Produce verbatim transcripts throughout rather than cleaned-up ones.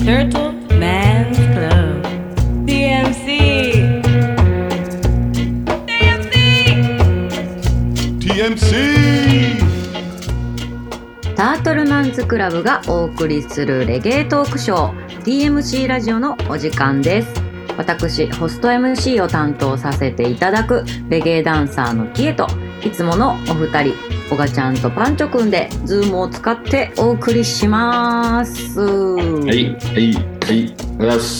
Turtle Man's Club ティーエムシー ティーエムシーティーエムシータートルマンズクラブがお送りするレゲエトークショー ティーエムシー ラジオのお時間です。私ホスト エムシー を担当させていただくレゲエダンサーのキエと、いつものお二人オガちゃんとパンチョくんでズームを使ってお送りします。 はいはいはいおはようございます。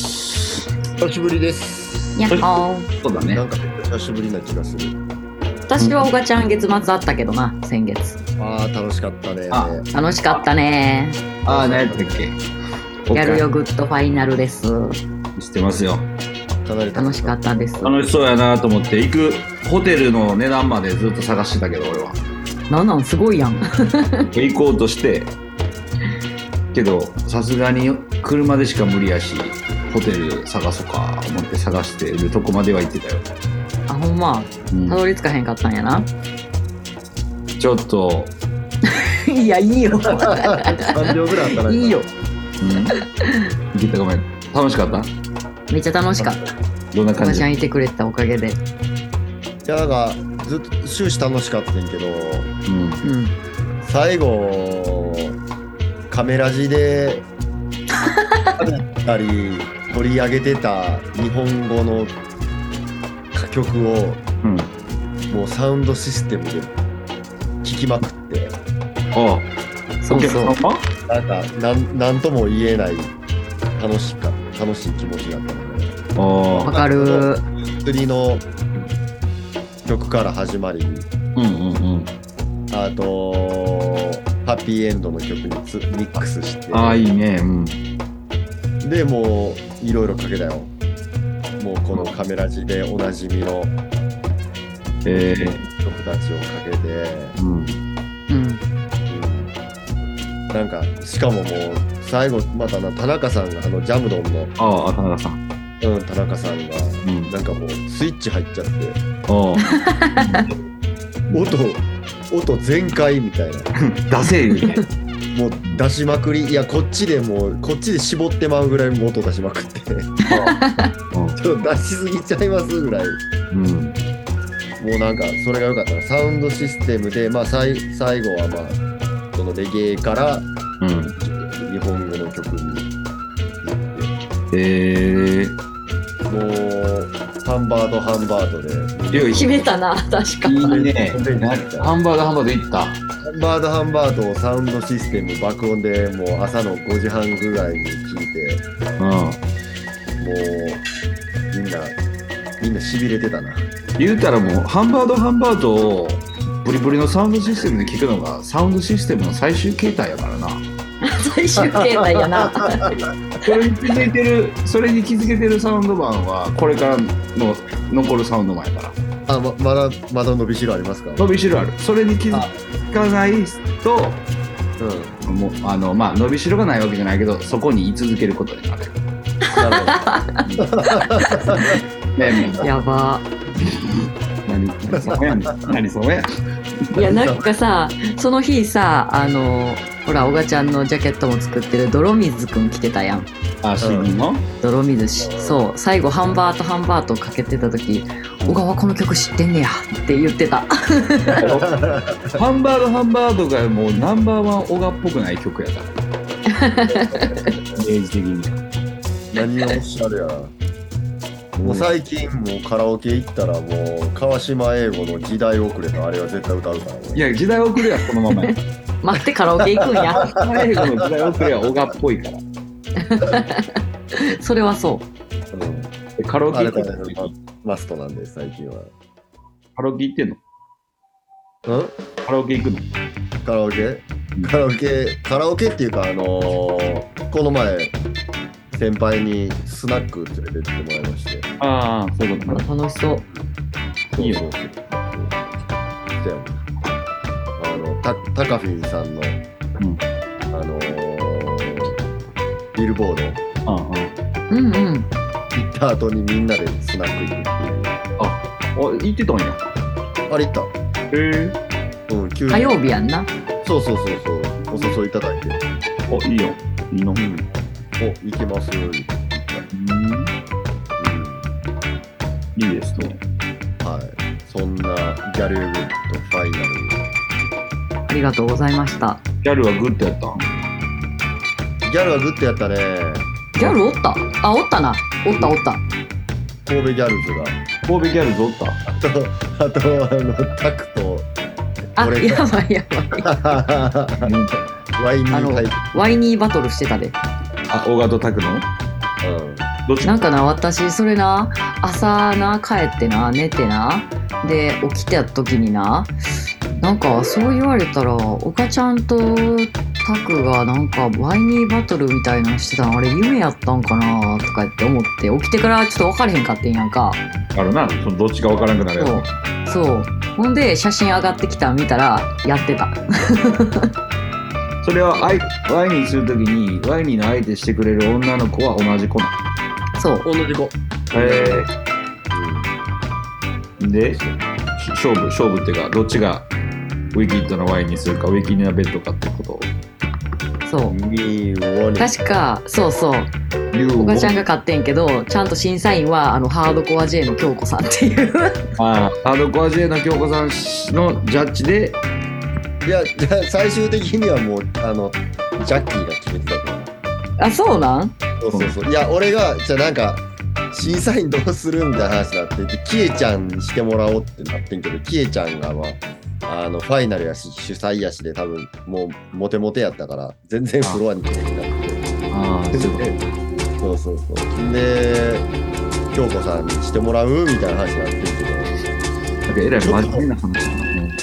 久しぶりです。 やっほー。 そうだね。 なんか久しぶりな気がする。 私はオガちゃん月末あったけどな、先月。 ああ楽しかったね。 あ楽しかったね。 ああ何やったっけ。 やるよグッドファイナルです。 知ってますよ。 かなり楽しかったです。 楽しそうやなと思って行くホテルの値段までずっと探してたけど俺は。 なんなんすごいやん。 行こうとしてけどさすがに車でしか無理やしホテル探そうか思って探してるとこまでは行ってたよ。 あ、ほんま、 うん、 たどり着かへんかったんやな。 ちょっといやいいよ。 さんびょうぐらいあったらいいよ。 うん。行けたごめん。楽しかった？ めっちゃ楽しかった。 どんな感じ？ おばちゃんいてくれたおかげで。いやなんかずっと終始楽しかったんやけど、 うんうん、 最後カメラ字でたり取り上げてた日本語の歌曲を、 うん、 もうサウンドシステムで聴きまくって、 ああそうそう。 なんかなんなんとも言えない楽しか楽しい気持ちだったので、 ああわかる。 釣りの曲から始まり、 うんうんうんあとハッピーエンドの曲につミックスして、 ああいいね、うん、 でもういろいろかけたよ。もうこのカメラ字でおなじみのえー、 曲たちをかけて、 うんうん。 うん、なんかしかももう最後またな田中さんがあのジャムドンのああ田中さん、 うん、田中さんが、 うん、 なんかもうスイッチ入っちゃって、 あ音音全開みたいな。 出せるね。 もう出しまくり、いやこっちでもうこっちで絞ってまうぐらい音出しまくってちょっと出しすぎちゃいますぐらい、 うん、 もうなんかそれが良かったな。サウンドシステムで、まあ、最, 最後はまあそのレゲエから、うん、日本語の曲に行って、 えー、 もうハンバードハンバードで決めたな、確かいに。 いね。ハンバードハンバード行った。 ハンバードハンバードをサウンドシステム爆音でもう朝のごじはんぐらいに聞いて、 うん、 もうみんなみんなしびれてたな。 言うたらもうハンバードハンバードをブリブリのサウンドシステムで聞くのがサウンドシステムの最終形態やからな。 最終形態やな。 それに気づいてる、それに気づけてるサウンドマンはこれからの残るサウンドマンやから。 あ、ま、まだまだ伸びしろありますか？ 伸びしろある。それに気づかないと、 うん、 もうあのまあ伸びしろがないわけじゃないけど、そこに居続けることになる。 ね、やば。 何何そうやねん。何そうや。 いやなんかさ、その日さ、あのほらおがちゃんのジャケットも作ってる泥水くん来てたやん。 あ、シーの泥水し、そう最後ハンバートハンバートかけてた時、小川この曲知ってんねやって言ってた。 ハンバードハンバードがもうナンバーワンオガっぽくない曲やから。イメージ的に。 何をおっしゃるやら。もう最近もうカラオケ行ったらもう川島英語の時代遅れのあれは絶対歌うから、ね、 いや時代遅れはこのままや。 待ってカラオケ行くんや。 英語の時代遅れはオガっぽいから。 それはそう。 うん、 カラオケ行ってんの？ マストなんで最近は。 カラオケ行ってんの？ うん？ カラオケ行くの？ カラオケ？カラオケカラオケっていうかあのー、この前先輩にスナック連れてってもらいまして。 ああ、そういうことか。 楽しそう。 いいよ。 そうそうそう。あのタタカフィンさんの、うん、あのー、ビルボード。 ああ、 うんうん。 行った後にみんなでスナック行くっていう。 あ、あ、行ってたんや。 あれ行った。 へえ。 うん、急に。 火曜日やんな。 そうそうそうそう。お誘いいただいて。 あ、いいよ。いいの。 うん。 お行けます、うん、 うんいいですね。 はい、そんなギャルグッドファイナル。 ありがとうございました。 ギャルはグッドやったん？ ギャルはグッドやったね。 ギャルおった？あ、おったな。おったおった。 神戸ギャルズが。 神戸ギャルズおった？ あと、あと、あの、タクと、 あ、 俺やばいやばい。 ワイニあのータイプ。 ワイニーバトルしてたで。 あ、オガとタクの？ うん。 どっち？ なんかな、私それな、朝な帰ってな、寝てな、で起きた時にな、なんかそう言われたらおかちゃんとタクがなんかワイニーバトルみたいなのしてたの、あれ夢やったんかなとかって思って、起きてからちょっと分かれへんかってんやんか。 あるな、そのどっちかわからんくなるそよ。 うそうほんで写真上がってきたの見たらやってた。 それはワイワイニーするときにワイニーの相手してくれる女の子は同じ子なそう同じ子。 の。へえ。で、し勝負勝負っていうかどっちがウィキッドなワインにするかウィキッドなベッドかってことを。 そうミーワニ。 確かそうそうおかちゃんが買ってんけど、ちゃんと審査員はあのハードコア J の京子さんっていうあーハードコア J の京子さんのジャッジで。 いや、じゃあ最終的にはもう、あの、ジャッキーが決めてたから。 あ、そうなん？ そうそうそう。いや、俺が、じゃあなんか、審査員どうするみたいな話になってて、キエちゃんにしてもらおうってなってんけど、キエちゃんが、まあ、あの、ファイナルやし、主催やしで多分、もう、モテモテやったから、全然フロアに来てなくて。 ああ、そういうこそうそうそう。で、京子さんにしてもらうみたいな話になってんけど、 と。なんかえらい真面目な話だな。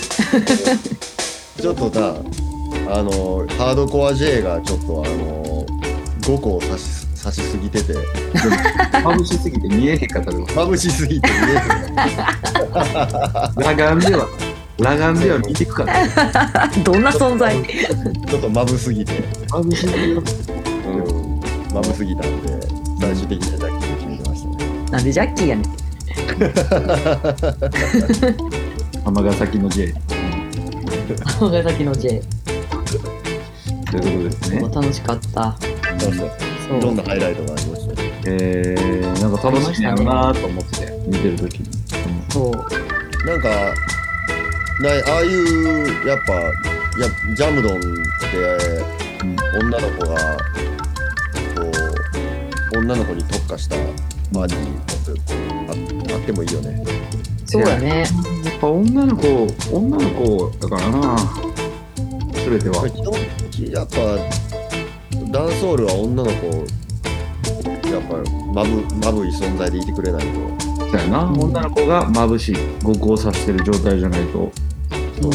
ちょっとさ、あの、ハードコア J がちょっとあの、ごこを刺し、刺しすぎてて、 眩しすぎて見えへんかったでも。 眩しすぎてね、 裸眼では、裸眼では見てくから。 どんな存在？ ちょっと眩すぎて、 眩しすぎる。 うん、眩すぎたんで、最終的にはジャッキーを決めてましたね。 なんでジャッキーやねん。 尼崎の J 尼崎の J。 ということですね。 楽しかった。 そうそう。 そういろんなハイライトがありましたね。 えー、なんか楽しみやろなと思って見てるときに。 そう。 なんか、ないああいうやっぱやジャムドンって女の子がこう女の子に特化したバディあ, あってもいいよね。 そうやね。 やっぱ女の子女の子だからな。すべては。 やっぱダンソールは女の子やっぱまぶまぶい存在でいてくれないと。 そうやな、うん、女の子が眩しい極光させてる状態じゃないと。 うん、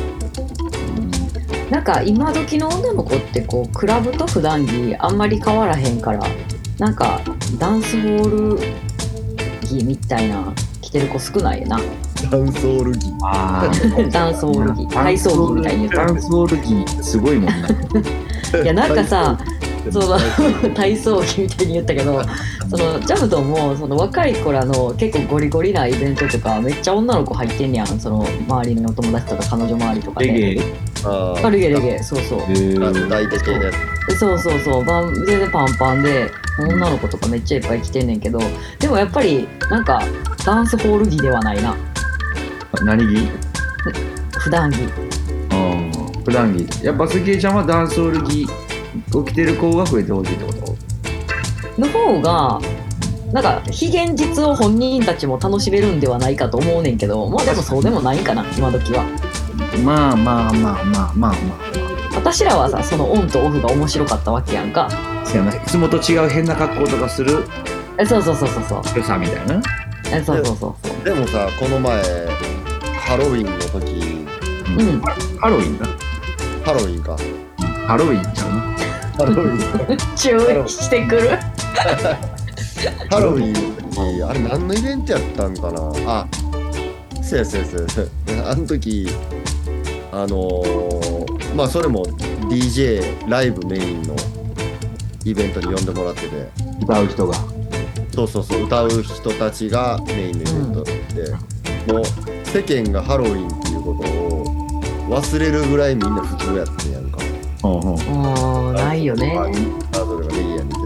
なんか今時の女の子ってこうクラブと普段着あんまり変わらへんから、なんかダンスホール着みたいな着てる子少ないよな。 ダンソール着。 あダンスホール着、体操着みたいに言うと。 ダンスホール着すごいもんね。 いやなんかさ、その体操着みたいに言ったけど、そのジャムドンもその若い子らの結構ゴリゴリなイベントとかめっちゃ女の子入ってんねやん。その周りのお友達とか彼女周りとかで。 レゲエ。 ああ、レゲエレゲエ、そうそう。 大体系のやつ。 そうそうそう、バン全然パンパンで女の子とかめっちゃいっぱい来てんねんけど、でもやっぱりなんかダンスホール着ではないな。 何着？ 普段着。 普段着。やっぱスキエちゃんはダンスホール着を着てる子が増えてほしいってことの方がなんか非現実を本人たちも楽しめるんではないかと思うねんけど、まあでもそうでもないんかな今時は。 まあまあまあまあまあまあ、 私らはさ、そのオンとオフが面白かったわけやんか。 そうやな、いつもと違う変な格好とかするえ、そうそうそうそうそう良さみたいな。 え、そうそうそうそう。 でもさ、この前ハロウィンの時、 うん、 ハロウィンだ。 ハロウィンか。 ハロウィンちゃうな。 ハロウィン注意してくる。 ハロウィンの時、あれ何のイベントやったんかな。あ、そうやそうやそうや。あの時、あのー、まあそれも ディージェー ライブメインのイベントに呼んでもらってて、 歌う人が。 そうそうそう、歌う人たちがメインのイベントで、うん、もう世間がハロウィンっていうことを忘れるぐらいみんな普通やってんやんか。 うんうん、 ああ、ないよね。 ハードルがレゲエやねんけど、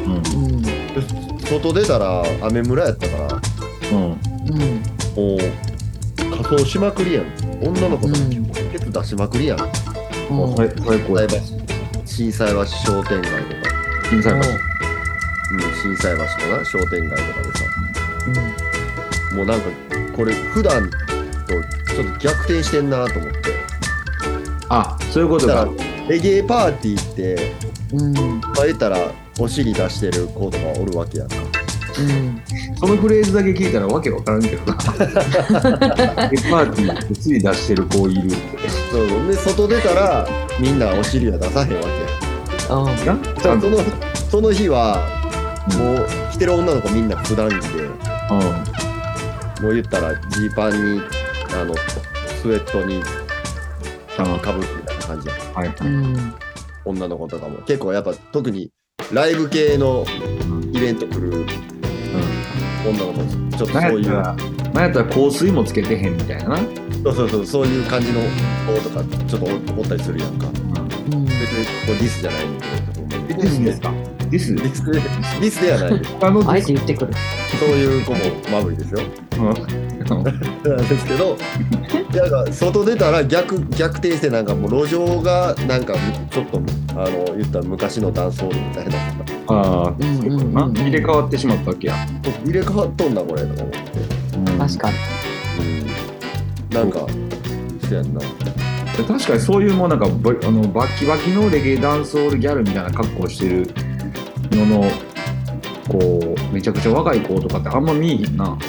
うんで外出たら雨村やったからうんうんうんもう仮装しまくりやん。女の子とかうんケツ出しまくりやん。 うん最最高や心斎橋商店街とか、 金彩橋うん、心斎橋のな商店街とかでさ、もうなんかこれ普段とちょっと逆転してんなと思って。 あそういうことかだからレゲエパーティーってうんまあ言ったらお尻出してる子とかおるわけやんか。 うんそのフレーズだけ聞いたらわけわからんけどなパーティーでつい出してる子いるってそうで外出たらみんなお尻は出さへんわけやん。 あなちゃんとそのその日はもう着てる女の子みんな普段着で、 うもう言ったらジーパンにあのスウェットにキャップかぶるみたいな感じやん。 んはいうん女の子とかも結構やっぱ特にライブ系のイベント来る女の子ちょっとそういうなんやったらなんやったら香水もつけてへんみたいななそうそうそうそういう感じの子とかちょっとおおったりするやんか。 うん別にこれディスじゃないんだけど、 ディスですかディスディスディスではないです。 あのあえて言ってくるそういう子もまぶりですよ。なんですけど、なんか外出たら逆逆転してなんかもう路上がなんかちょっとあの言ったら昔のダンスホールみたいなああ、 うんうんうんうんな入れ替わってしまったわけや。 入れ替わっとんなこれとか思って、 確かにうん、なんかしてやんな。 確かにそういうもうなんかバあのバッキバキのレゲエダンスホールギャルみたいな格好をしてるののこうめちゃくちゃ若い子とかってあんま見えへんな。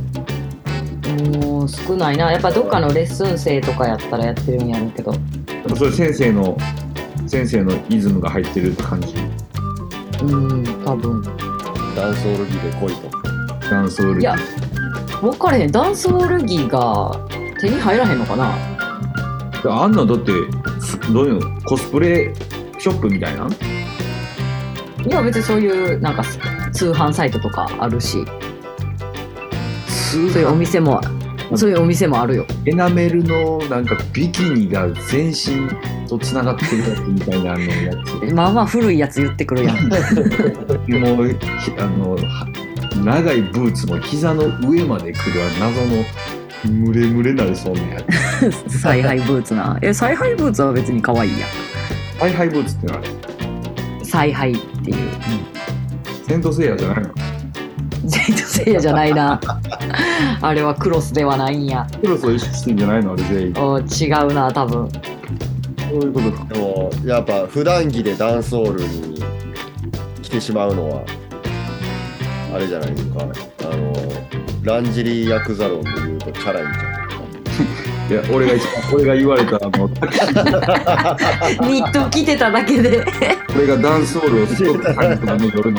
もう少ないな。やっぱどっかのレッスン生とかやったらやってるんやろうけど。 やっぱそれ先生の先生のイズムが入ってるって感じ。 うん多分。 ダンスホール着で来いと。 ダンスホールいや分かれへん。ダンスホール着が手に入らへんのかな。 あんのだってどういうのコスプレショップみたいな。 いや別にそういうなんか通販サイトとかあるし、そういうお店もそういうお店もあるよ。 エナメルのなんかビキニが全身とつながってるやつみたいなのやつ。 まあまあ古いやつ言ってくるやん。 もうあの長いブーツも膝の上まで来る謎のムレムレなりそうなやつ。 采配ブーツな。え采配ブーツは別に可愛いやん。 ハイハイブーツってのは采配っていう。 セントセイヤじゃないの？ ジェイトセイヤじゃないな。あれはクロスではないんや。 クロスを意識してんじゃないのあれ全員。 お違うな多分。 そういうことか。 でもやっぱ普段着でダンスホールに来てしまうのはあれじゃないですか。あのランジェリーヤクザ論で言うとチャラいんじゃないですか。 いや俺が一番俺が言われたあのタクシーニット着てただけで。 俺がダンスホールをすごく感じたの夜の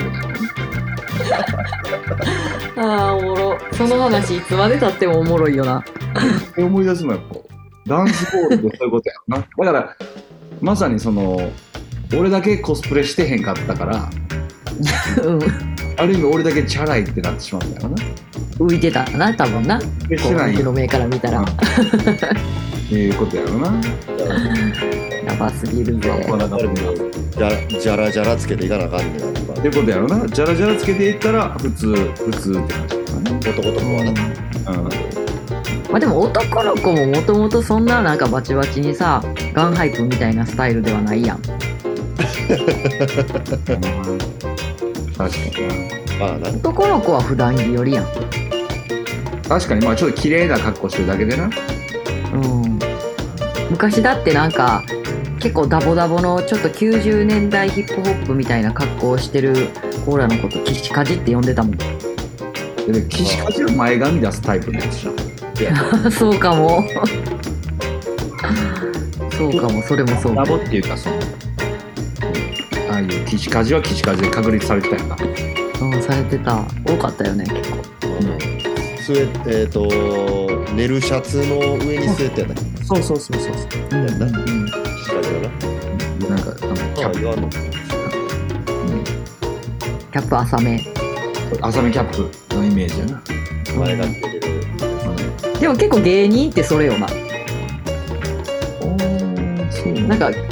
ああおもろ。その話いつまで経ってもおもろいよな。 思い出すのはこうダンスホールってそういうことやな。だからまさにその俺だけコスプレしてへんかったからうんある意味俺だけチャラいってなってしまうんだよな。 浮いてたな多分な。こでしてなうい僕の目から見たらっていうことやろな。 やばすぎるぜ。 まあなんかじゃじゃらじゃらつけていかなあかんねんなとかってことやろな。ジャラジャラつけていったら普通普通って感じだね。 男と子はな。 うん。 まあでも男の子ももともとそんななんかバチバチにさガンハイプみたいなスタイルではないやん。 確かにな。 まあな。 男の子は普段着よりやん。 確かにまあちょっと綺麗な格好してるだけでな。 うん。昔だってなんか結構ダボダボのちょっときゅうじゅうねんだいヒップホップみたいな格好をしてるコーラのことキシカジって呼んでたもん。 で岸かじは前髪出すタイプのやつじゃん。 そうかも。そうかも、それもそうかも。 ラボっていうかそのああいう岸かじは岸かじで確立されてたよな。 うん、されてた。多かったよね、結構。 スウェッえっ、ー、と寝るシャツの上にスウェットやったっけ。 そうそうそうそう。 うんやんなうん仕掛けだな。 なんかあのキャッあ言わんの。 キャップ浅め。 プ浅めキャップのイメージやな。 前がつけてる。 でも結構芸人ってそれよな。 おーそうなんか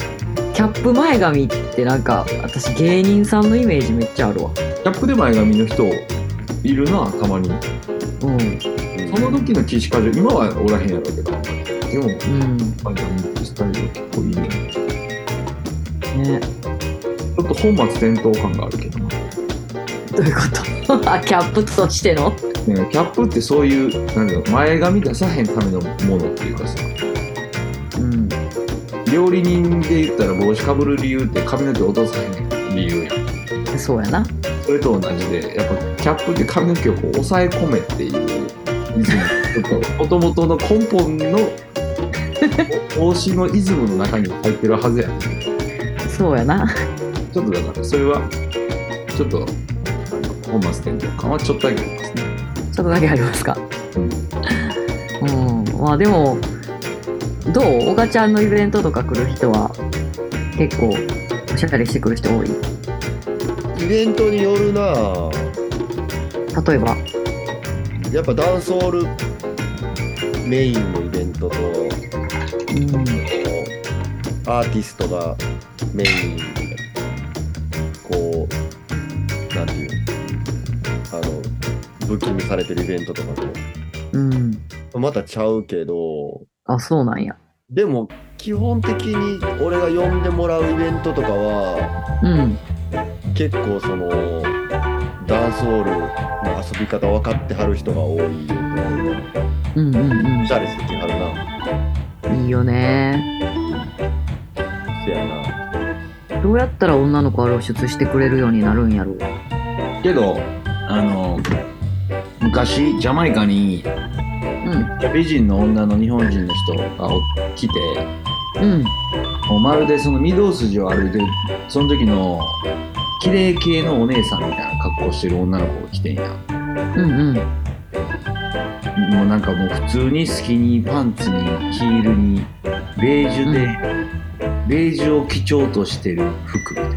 キャップ前髪ってなんか私芸人さんのイメージめっちゃあるわ。 キャップで前髪の人いるな、たまに。 うんその時の騎士過剰、今はおらへんやろうけど、でも、 うん前髪ってスタイルは結構いいね。 ね。 ちょっと本末転倒感があるけどな。 どういうことあキャップとしてのね、キャップってそういうなんだろう、前髪出さへんためのものっていうかさ、 うん料理人で言ったら帽子かぶる理由って髪の毛落とさへん理由やん。 そうやな。 それと同じで、やっぱキャップって髪の毛をこう抑え込めっていうイズム、ちょっと元々の根本の帽子のイズムの中に入ってるはずやね。 そうやな。 ちょっとだからそれはちょっと本末転倒感はちょっとだけありますね。 ちょっとだけありますか。 うんうん。まあでもどう？おがちゃんのイベントとか来る人は結構おしゃれしてくる人多い？ イベントによるな。 例えばやっぱダンスホールメインのイベントと、 うんアーティストがメインでこうなんていうあのブッキングされてるイベントとかうんとまたちゃうけど、 あそうなんや。 でも基本的に俺が呼んでもらうイベントとかはうん結構そのダンスホールの遊び方分かってはる人が多い。 うんうんおしゃれしてきはるな。 うんいいよね。 せやな。 どうやったら女の子は露出してくれるようになるんやろう。 けどあの昔ジャマイカにうん美人の女の日本人の人が来て、 うんもうまるでその御堂筋を歩いてるその時の綺麗系のお姉さんみたいな格好してる女の子が来てんや。 うんうんもうなんかもう普通にスキニーパンツにヒールにベージュで、ベージュを基調としてる服みたい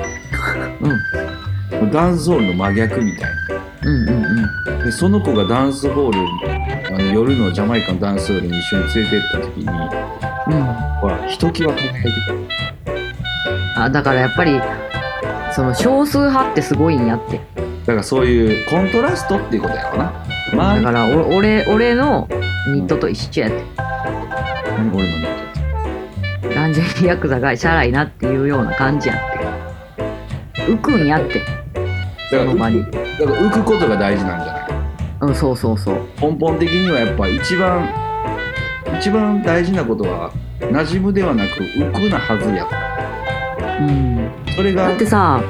な。もうダンスホールの真逆みたいうんうんうんな。でその子がダンスホールあの夜のジャマイカのダンスホールに一緒に連れてった時に、 うんほらひときわ輝いてた。 あだからやっぱりその少数派ってすごいんやって。 だからそういうコントラストっていうことやろな。まあだからお俺俺のニットと一緒やって。 何俺のネットランジェリーヤクザがシャラいなっていうような感じやって浮くんやってだからその場に。 浮くだから浮くことが大事なんじゃないうんそうそうそう根本的にはやっぱ一番一番大事なことは馴染むではなく浮くなはずや。 うんそれがだってさ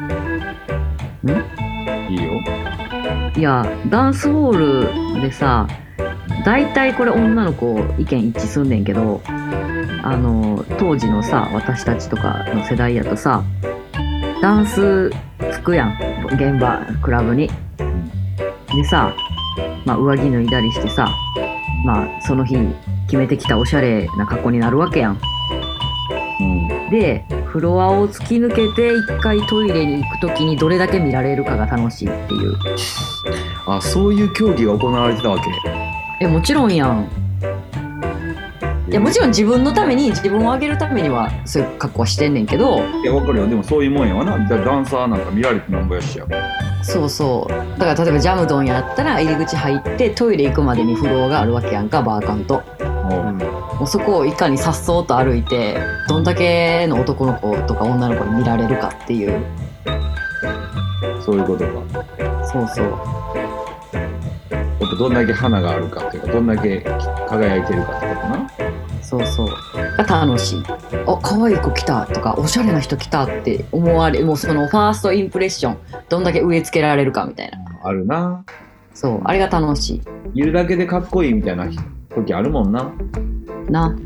いいよ。 いやダンスホールでさ大体これ女の子意見一致すんねんけどあの当時のさ私たちとかの世代やとさダンスつくやん現場クラブにでさ、まあ、上着脱いだりしてさまあその日決めてきたおしゃれな格好になるわけやん。 うんでフロアを突き抜けて一回トイレに行くときにどれだけ見られるかが楽しいっていう。 あ、そういう競技が行われてたわけ。 えもちろんやん。いやもちろん自分のために自分を上げるためにはそういう格好はしてんねんけど。 いや分かるよ。でもそういうもんやわな。だダンサーなんか見られてなんぼやしや。 そうそうだから例えばジャムドンやったら入り口入ってトイレ行くまでにフロアがあるわけやんかバーカンと。 うんもうそこをいかにさっそうと歩いてどんだけの男の子とか女の子に見られるかっていう。 そういうことか。 そうそうやっぱどんだけ花があるかっていうかどんだけ輝いてるかってことな。 そうそうが楽しい。あ可愛い子来たとかおしゃれな人来たって思われもうそのファーストインプレッションどんだけ植え付けられるかみたいな。 あるな。 そうあれが楽しいるだけでかっこいいみたいな時あるもんな。 いな。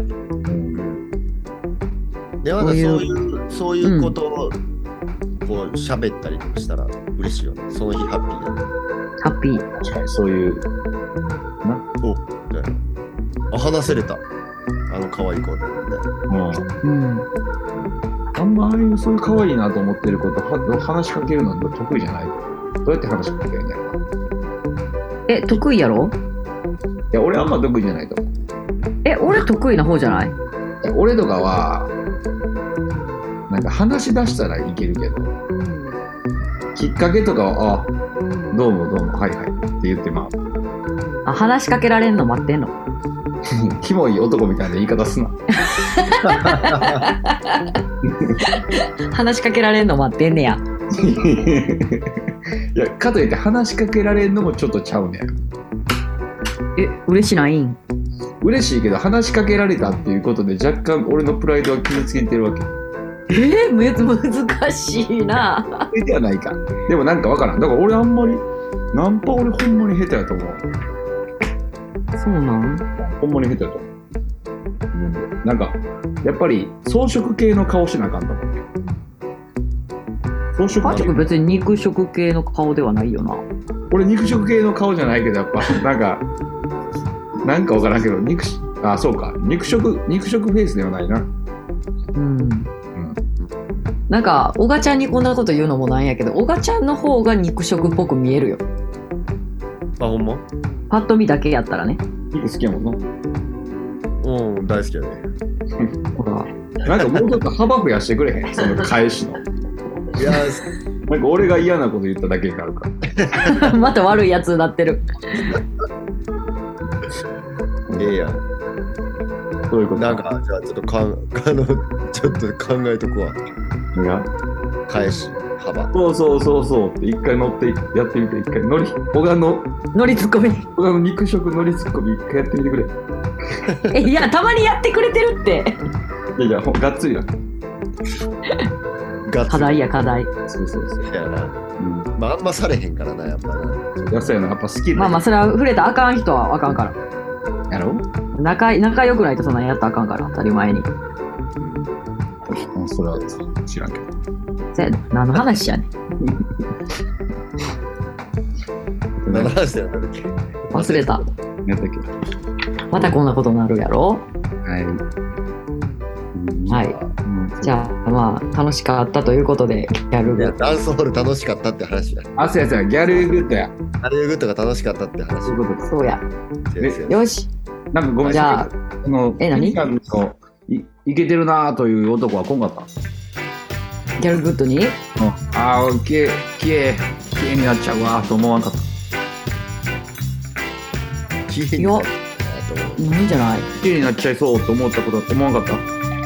でまだそういうそういうことをこう喋ったりとかしたら嬉しいよね。その日ハッピーだね。 ハッピー。 確かにそういうな。 おみたいな。あ話せれた。あの可愛い子みたいな。 もううんあんまああいうそういう可愛いなと思ってることは話しかけるの得意じゃない。どうやって話しかけるんやろ。 え得意やろ。 いや俺あんま得意じゃないと思う。 え俺得意な方じゃない。 俺とかはなんか話し出したらいけるけど、きっかけとかは、あ、どうもどうも、はいはいって言ってまう。 あ、話しかけられんの待ってんの。 キモい男みたいな言い方すな。 話しかけられんの待ってんねや。 いや、かといって話しかけられんのもちょっとちゃうねん。 え、嬉しないん？ 嬉しいけど話しかけられたっていうことで若干俺のプライドは傷つけてるわけ。 えー、む難しいな。 それではないか。でもなんかわからん。だから俺あんまりナンパ俺ほんまに下手やと思う。 そうなん？ ほんまに下手やと思う。なんかやっぱり装飾系の顔しなあかんと思う。装飾系。 パチ君別に肉食系の顔ではないよな。 俺肉食系の顔じゃないけどやっぱなんかなんかわからんけど肉あそうか肉食肉食フェイスではないな。 うん。 うん。 なんかオガちゃんにこんなこと言うのもなんやけど、オガちゃんの方が肉食っぽく見えるよ。 あ、ほんま？ パッと見だけやったらね。 肉好きやもんな。 うん、大好きやね。 ほら。 なんかもうちょっと幅増やしてくれへんその返しの。 いやなんか俺が嫌なこと言っただけになるから。 また悪いやつになってる。 ええやん。 そういうこと。 なんかじゃあちょっとかんあのちょっと考えとくわ。 いや返し幅。 そうそうそうそうって一回乗ってやってみて、一回乗り小川の乗りツッコミ。 小川の肉食乗りツッコミ一回やってみてくれ。 え、いや、たまにやってくれてるって。 いやいやほがっつりだ。 ガッツ課題や課題。 そうそうそう。 やな。 うん。 まああんまされへんからなやっぱな。 やさやなやっぱ好きだ。 まあまあそれは触れたらあかん人はあかんから。 やろう。 仲仲良くないとそんなんやったらあかんから当たり前に。 それは知らんけど。 せやで何の話やねん。 何の話だよなっけ。 忘れた。 やったっけ。 またこんなことになるやろ。 はい。 はい。じゃあまあ楽しかったということでギャルいやグ。 ダンスホール楽しかったって話だ。 あ、そうやそうや、ギャルグッドや。 ハリウッドが楽しかったって話そういうことです。 そうや。 先生。 よし。 なんかごめんじゃああの、 え何ピーちゃんのいいけてるなという男は来んかった。 ギャルグッドに。 うん、ああ、きれい、きれい、きれいになっちゃうわと思わんかった。 きれいになったなと思う。 ないんじゃない。 きれいになっちゃいそうと思ったことって思わんかった。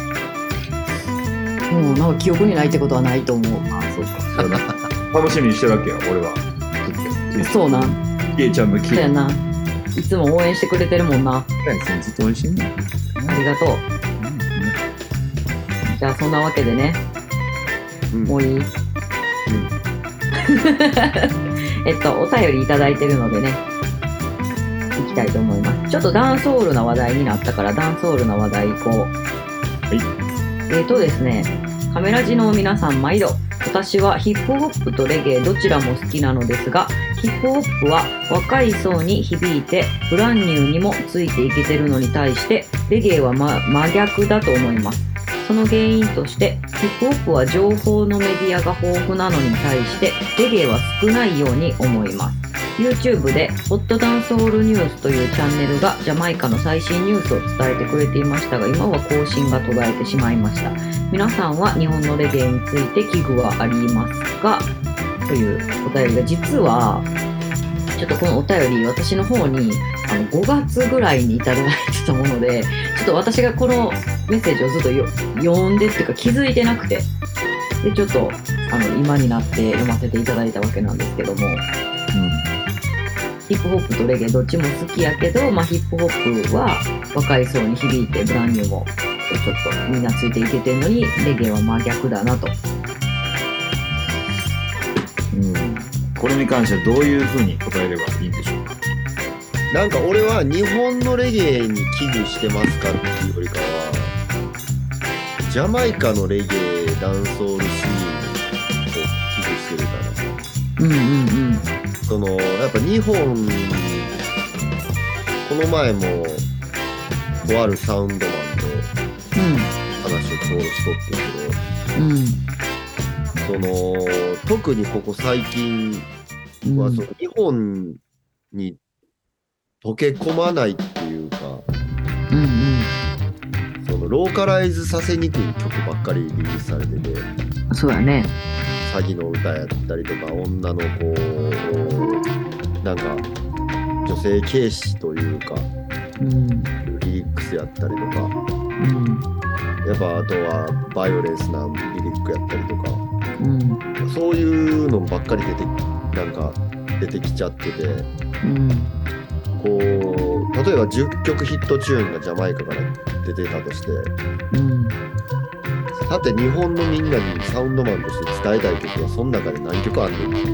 もうなんか記憶にないってことはないと思う。 ああ、そうか。そうだな楽しみにしてるわけよ、俺は。 そうなん。 きれいちゃんのきれい。 そうやな。いつも応援してくれてるもんな。 ずっと美味しいんだよ。 ありがとう。じゃあそんなわけでね。 うんもういい、えっとお便りいただいてるのでね行きたいと思います。ちょっとダンソールな話題になったからダンソールな話題行こう。 はい。 えーとですねカメラジの皆さん毎度、私はヒップホップとレゲエどちらも好きなのですが、ヒップホップは若い層に響いてブランニューにもついていけてるのに対してレゲエは、ま、真逆だと思います。その原因としてヒップホップは情報のメディアが豊富なのに対してレゲエは少ないように思います。 YouTube でホットダンソールニュースというチャンネルがジャマイカの最新ニュースを伝えてくれていましたが、今は更新が途絶えてしまいました。皆さんは日本のレゲエについて危惧はありますか、というお便りが、実はちょっとこのお便り私の方にあのごがつぐらいにいただいてたもので、ちょっと私がこのメッセージをずっとよ読んでっていうか気づいてなくて、でちょっとあの今になって読ませていただいたわけなんですけども、うん、ヒップホップとレゲエどっちも好きやけど、まあ、ヒップホップは若い層に響いてブランニューもちょっとみんなついていけてるのにレゲエは真逆だなと。 うん。これに関してはどういうふうに答えればいいんでしょうか。 なんか俺は日本のレゲエに危惧してますかっていうよりかは、ジャマイカのレゲエダンソールシーンを危惧してるかな。 うんうんうん。 そのやっぱ日本、この前もとあるサウンドマンと話をちょうどしとってうんうんんけど、その特にここ最近はその日本に溶け込まないっていうか、 うんうんそののローカライズさせにくい曲ばっかりリリースされてて、 そうやね。 詐欺の歌やったりとか、女の子なんか女性軽視というか、 うん、 リリックスやったりとか、 うん、 やっぱあとはバイオレンスなリリックやったりとか、 うん、 そういうのばっかり出てなんか出てきちゃってて、 うん、 こう例えばじゅっきょくヒットチューンがジャマイカから出てたとして、 うん、 さて日本のみんなにサウンドマンとして伝えたい曲はその中で何曲あんねんって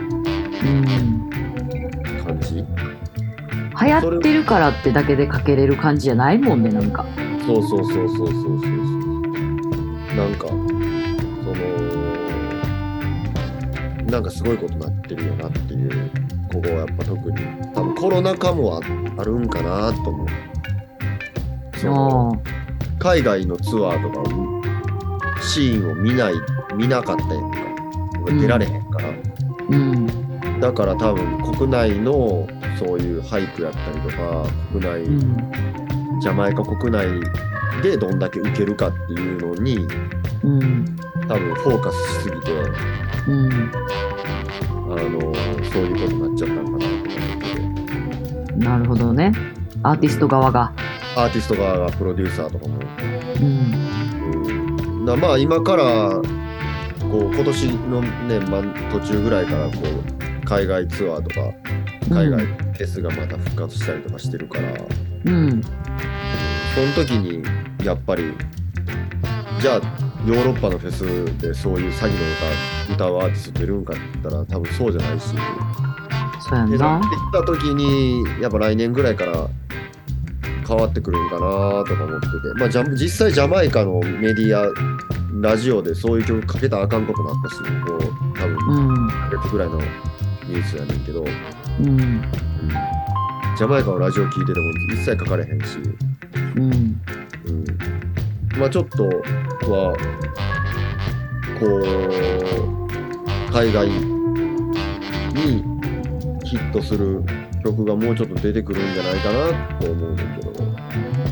いう感じ、 うん、流行ってるからってだけでかけれる感じじゃないもんね、なんか。 そうそうそうそうそうそうそう、なんかそのなんかすごいことになってるよなっていう、ここはやっぱ特に多分コロナ禍も あ, あるんかなと思う。その海外のツアーとかシーンを見ない見なかったやんか、出られへんから、 うん、 だから多分国内のそういうハイプやったりとか、国内、うん、ジャマイカ国内でどんだけ受けるかっていうのに、うん、多分フォーカスしすぎて、うん、あのそういうことになっちゃったのかなと思ってて。 なるほどね。アーティスト側がアーティスト側がプロデューサーとかも、うんうん、だまあ今からこう今年のね、ま、途中ぐらいからこう海外ツアーとか海外フェスがまた復活したりとかしてるから、うん、その時にやっぱりじゃあヨーロッパのフェスでそういう詐欺の歌歌うアーティスト出るんかって言ったら多分そうじゃないし、 そうやな。 でなってきた時にやっぱ来年ぐらいから変わってくるんかなとか思ってて、まあ、じゃ実際ジャマイカのメディアラジオでそういう曲かけたらあかんことになったし、こう多分いっかげつぐらいのニュースやねんけど、うんうん、ジャマイカのラジオ聞いてても一切書かれへんし、うんうん、まあちょっとはこう海外にヒットする曲がもうちょっと出てくるんじゃないかなと思うんだけど、うん、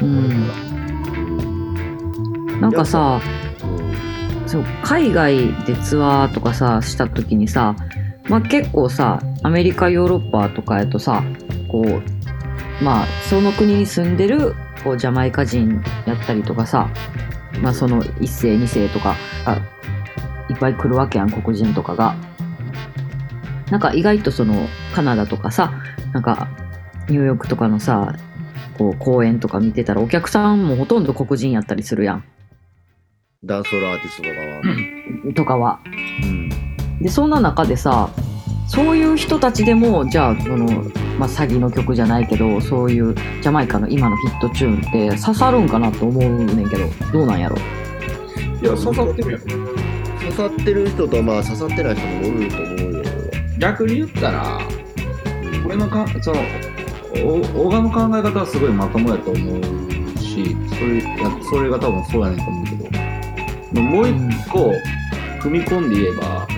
なんかさ、うん、そう海外でツアーとかさした時にさ、まあ、結構さアメリカヨーロッパとかやとさ、こうまあその国に住んでるこうジャマイカ人やったりとかさ、まあその一世二世とかがいっぱい来るわけやん、黒人とかが。なんか意外とそのカナダとかさ、なんかニューヨークとかのさ、こう公演とか見てたらお客さんもほとんど黒人やったりするやん。 ダンスホールアーティストとかは。 とかは。 うん、 でそんな中でさ、そういう人たちでもじゃあその、まあ、詐欺の曲じゃないけど、そういうジャマイカの今のヒットチューンって刺さるんかなと思うねんけど、どうなんやろ。 いや刺さってるやん。 刺さってる人とまあ刺さってない人もおると思うよ。 逆に言ったら、俺のかその大賀の考え方はすごいまともやと思うし、それやそれが多分そうやねんと思うけど、もう一個踏み込んで言えば、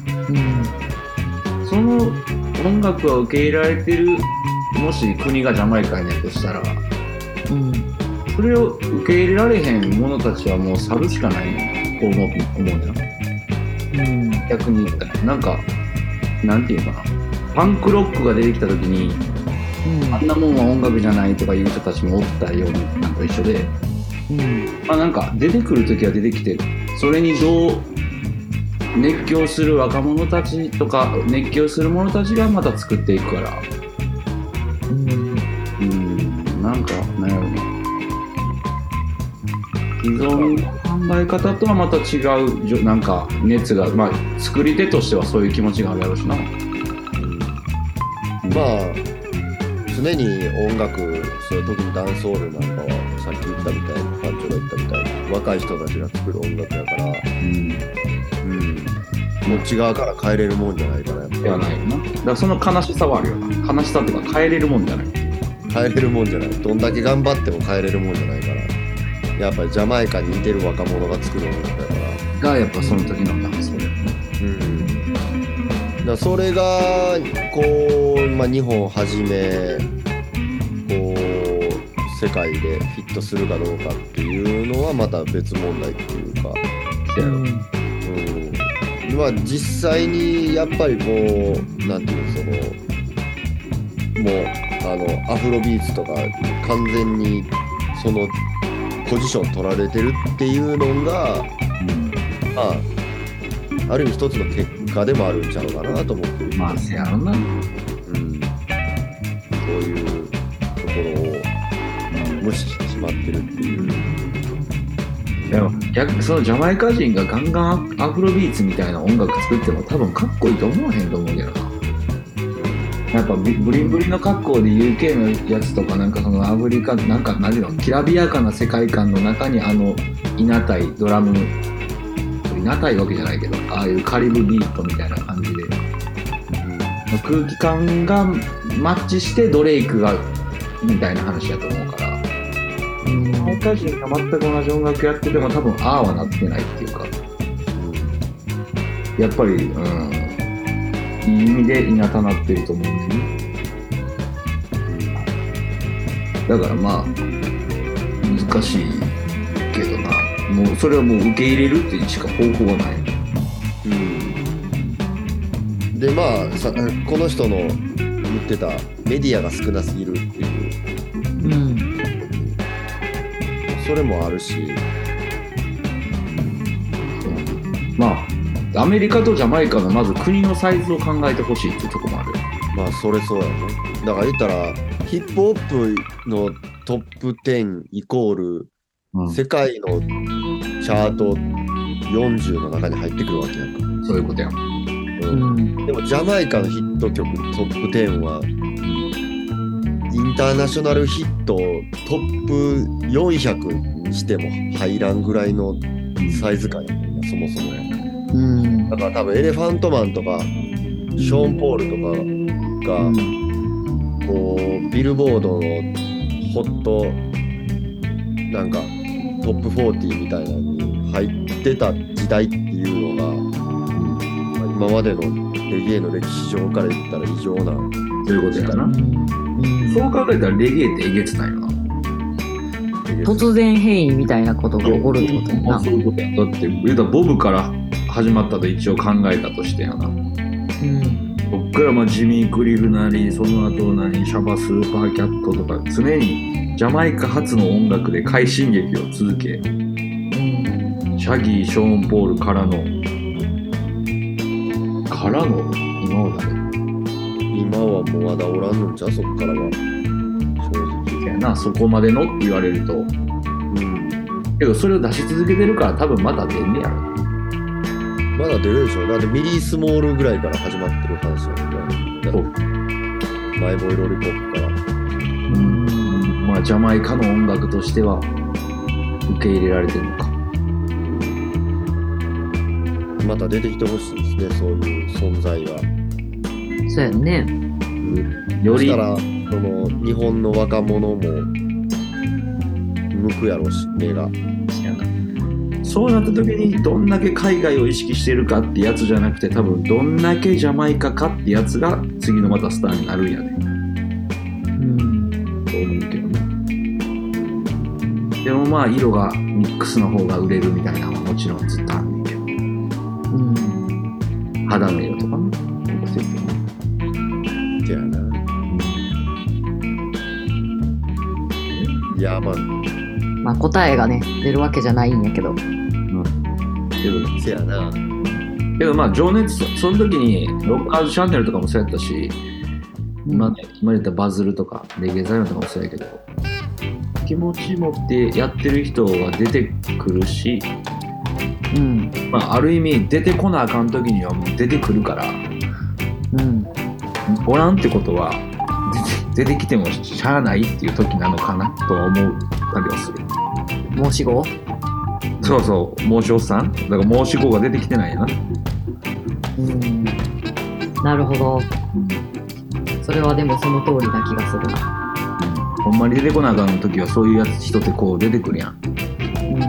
うん、その音楽は受け入れられてる、もし国がジャマイカにやとしたら、うん、それを受け入れられへん者たちはもう去るしかないと思う思うじゃん、うん、逆に言ったらなんかなんていうかな、パンクロックが出てきた時に、うん、あんなもんは音楽じゃないとかいう人たちもおったようになんか一緒で、うん、まあなんか出てくる時は出てきて、それにどう熱狂する若者たちとか熱狂する者たちがまた作っていくから、うん、うん、なんかなんやろな、既存の考え方とはまた違うなんか熱が、まあ作り手としてはそういう気持ちがあるやろうしな、うん、 まあ常に音楽、それ特にダンスホールなんかはさっき言ったみたいな、パンチョが言ったみたいな若い人たちが作る音楽やから、うんうん、こっち側から変えれるもんじゃないからやっぱり。 ではないよな。だからその悲しさはあるよな。悲しさっていうか変えれるもんじゃない。 変えれるもんじゃない。どんだけ頑張っても変えれるもんじゃないから。やっぱりジャマイカに似てる若者が作る音楽だから。 がやっぱその時のダンスホールやね。 うん。だからそれがこう、まあ、日本をはじめこう世界でフィットするかどうかっていうのはまた別問題っていうか、 うん、 うん、まあ実際にやっぱりこうなんていうそのもうあのアフロビーツとか完全にそのポジション取られてるっていうのが、うん、まあある意味一つの結果でもあるんちゃうかなと思ってる。 まあせやろな、うん、 そういうところを無視してしまってるっていう。 でも逆そのジャマイカ人がガンガンアフロビーツみたいな音楽作っても多分かっこいいと思わへんと思うけどな。やっぱブリンブリの格好で ユーケー のやつとかなんかそのアフリカなんか何ていうのきらびやかな世界観の中にあのいなたいドラムいなたいわけじゃないけどああいうカリブビートみたいな感じで、うん、空気感がマッチしてドレイクがみたいな話だと思うから、ジャマイカ人が全く同じ音楽やってても多分ああはなってないっていうか、やっぱりうんいい意味でいなたなってると思うんですね。だからまあ難しいけどな、もうそれはもう受け入れるっていうしか方法はない。 うん、でまあさこの人の言ってたメディアが少なすぎるっていう、うん、それもあるし、 まあアメリカとジャマイカのまず国のサイズを考えてほしいっていうところもある。 まあそれそうやね。だから言ったらヒップホップのトップじゅうイコール、うん、世界のチャートよんじゅうの中に入ってくるわけやんか。 そういうことやん、 うんうん、でもジャマイカのヒット曲トップじゅうはインターナショナルヒットトップよんひゃくにしても入らんぐらいのサイズ感やねんな、そもそもや。うん、だから多分エレファントマンとかショーン・ポールとかが、うん、こうビルボードのホットなんかトップよんじゅうみたいなのに入ってた時代っていうのが、まあ、今までのレゲエの歴史上から言ったら異常なそういうことやな、うん、そう考えたらレゲエってえげつないよな。 突然変異みたいなことが起こるってことやな。 そういうことや。だって言うたらボブから始まったと一応考えたとしてやな、うん、こっからまあジミー・クリフなりその後何シャバ・スーパーキャットとか常にジャマイカ発の音楽で快進撃を続け、うん、シャギー・ショーン・ポールからのからの今は誰？ 今はもうまだおらんのんちゃうそっからは正直やな。そこまでのって言われると、うん、けどそれを出し続けてるから多分まだ出んねやろ。 まだ出るでしょ。だってミリー・スモールぐらいから始まってる話やね。マイボイロリポップから。 うん。まあジャマイカの音楽としては受け入れられてるのか。 また出てきてほしいですね、そういう存在が。 そうやね。うん、よりそしたらその日本の若者も向くやろし目が。 そうなった時にどんだけ海外を意識してるかってやつじゃなくて多分どんだけジャマイカかってやつが次のまたスターになるんやね。うんと思うけどね。でもまあ色がミックスの方が売れるみたいなのはもちろんずっとあるんだけど、うん、肌の色とかねそういうじゃあな、うん、いやまあまあ答えがね出るわけじゃないんやけど、 けどせやな。 けどまあ情熱その時にロッカーズチャンネルとかもそうやったし、うん、今今言ったバズルとかレゲエザイオンとかもそうやけど気持ち持ってやってる人は出てくるし、うん、まあある意味出てこなあかん時にはもう出てくるから、うん、おらんってことは出て、出てきてもしゃあないっていう時なのかなとは思うたりはする。 申し子？ そうそう申し子さんだから申し子が出てきてないやな。 うん、なるほど。それはでもその通りな気がするな。 うん、ほんまに出てこなあかんの時はそういうやつ人ってこう出てくるやん。うん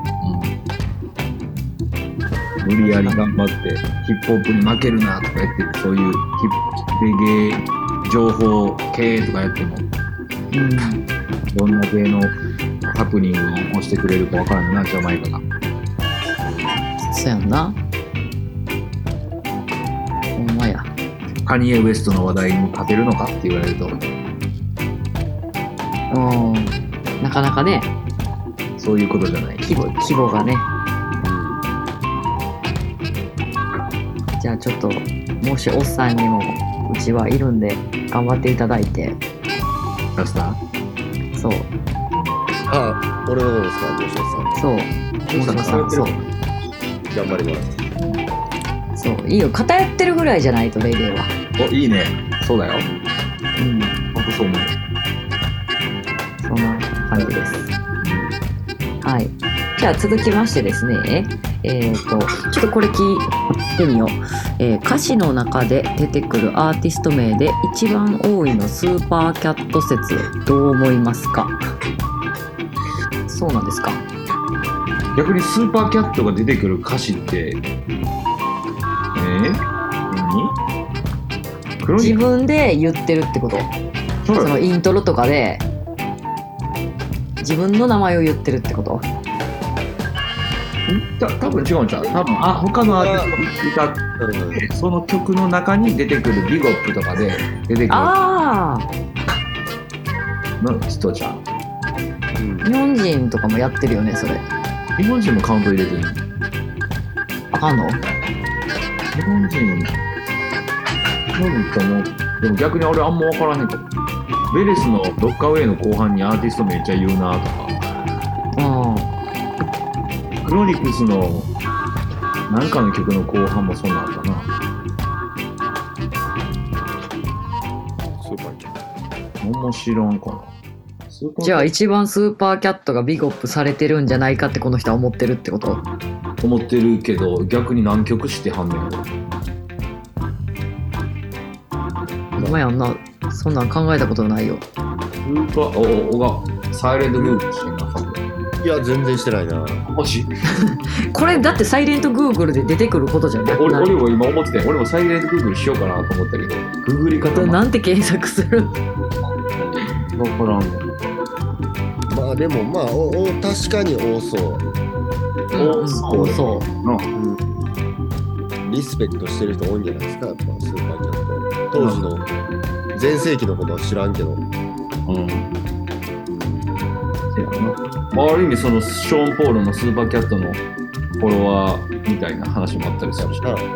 うん、無理やり頑張ってヒップホップに負けるなとか言ってそういうヒップレゲエ情報系とかやっても、うん、 どんな系のハプニングを押してくれるかわからんな、ジャマイカが。 そうやんな。ほんまや。 カニエ・ウエストの話題に勝てるのかって言われると、 うん。なかなかね、 そういうことじゃない。 規模、規模がね。じゃあちょっと、もしおっさんにもうちはいるんで、頑張っていただいて。 ラスタそう。 あ、俺の方ですか、吉田さそう。大阪さん、そう。 ん。頑張ります。 そう。いいよ。偏ってるぐらいじゃないと、レゲエは。 ー。お、いいね。そうだよ。 うん。 ほんとそう思う。 そんな感じです。はい。じゃあ続きましてですね、えっと、ちょっとこれ聞いてみよう。えー歌詞の中で出てくるアーティスト名で一番多いのスーパーキャット説、どう思いますか？そうなんですか。 逆にスーパーキャットが出てくる歌詞って、えー、何？クロニ自クル分で言ってるってこと？ そうだよ。 そのイントロとかで自分の名前を言ってるってこと？ た多分違うんちゃう。多分あ他のアーティストが歌ってその曲の中に出てくるビゴップとかで出てくるああ、 の人じゃん。 うん。 日本人とかもやってるよね、それ。 日本人もカウント入れてる。 あかんの？ 日本人、日本人とも、でも逆に俺あんま分からへんかも。ベレスのロッカーウェイの後半にアーティストめっちゃ言うなとか、 うん。 クロニクスのなんかの曲の後半もそんなんあったな。 スーパーキャット。 面白んかな。スーパーじゃあ一番スーパーキャットがビゴップされてるんじゃないかってこの人は思ってるってこと？ 思ってるけど、逆に何曲してはんねんやろ。 ほんまやんな。そんなん考えたことないよ。 スーパー、お、おが、サイレントグーグルしてんな、さいや、全然してないな。 マジこれだってサイレントグーグルで出てくることじゃなく俺ない？ 俺も今思ってたよ。俺もサイレントグーグルしようかなと思ったけど、ググり方もなんて検索する？ わからん。 まあでも、まあ、おお確かに多そう。 うん、そうそう。 なうん。リスペクトしてる人多いんじゃないですか、やっぱスーパーキャット。当時の全盛期のことは知らんけど。 うん。せやな。まあ、ある意味そのショーン・ポールのスーパーキャットのフォロワーみたいな話もあったりするしな。 うん。 ス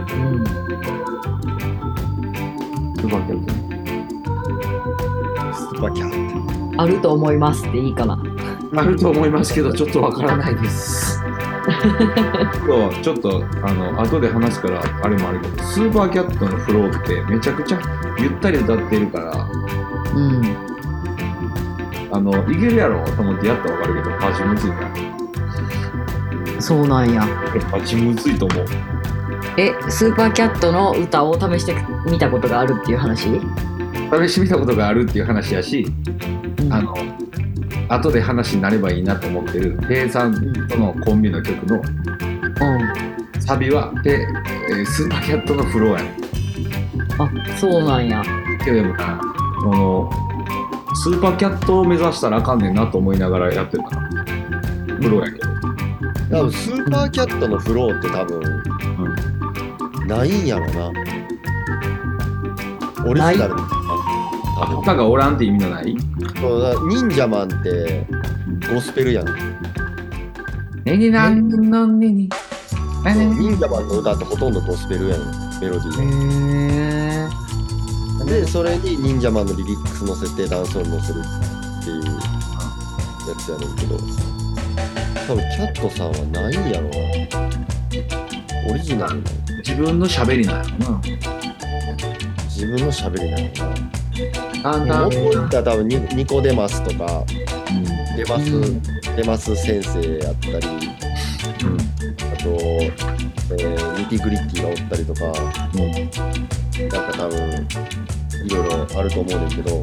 ーパーキャットね。 スーパーキャッあると思いますっていいかな。 あると思いますけど、ちょっとわからないです。今日ちょっとあの後で話すからあれもあるけど、スーパーキャットのフローってめちゃくちゃゆったり歌ってるから、 うん。 あのいけるやろと思ってやったらわかるけど、マジむずいな。 そうなんや。 マジむずいと思う。 え、スーパーキャットの歌を試してみたことがあるっていう話？ 試してみたことがあるっていう話やし、 うん、 あの後で話になればいいなと思ってるペイさんとのコンビの曲のうん。 サビはペ、えースーパーキャットのフローやねん。 あ、そうなんや。 けどでもな、このスーパーキャットを目指したらあかんねんなと思いながらやってたな。フローやけど。 ト。多分スーパーキャットのフローって多分、ないんやろな。オリジナルの。 あ、他がおらんって意味のない？ そうだ、忍者マンってゴスペルやん。 えになんなんねに。えそうね忍者マンの歌ってほとんどゴスペルやん、メロディーへが。で、それに忍者マンのリリックス乗せてダンスを乗せるっていうやつやねんけど、多分キャットさんはないんやろな。オリジナルなの。 自分の喋りなんやろな。 自分の喋りなのかあんな。もっと言ったら多分ニニコデマスとかデマス、 うんデマス先生やったり、 うんあと、えー、ニティグリッティがおったりとか、 うんなんか多分いろいろあると思うねんけど、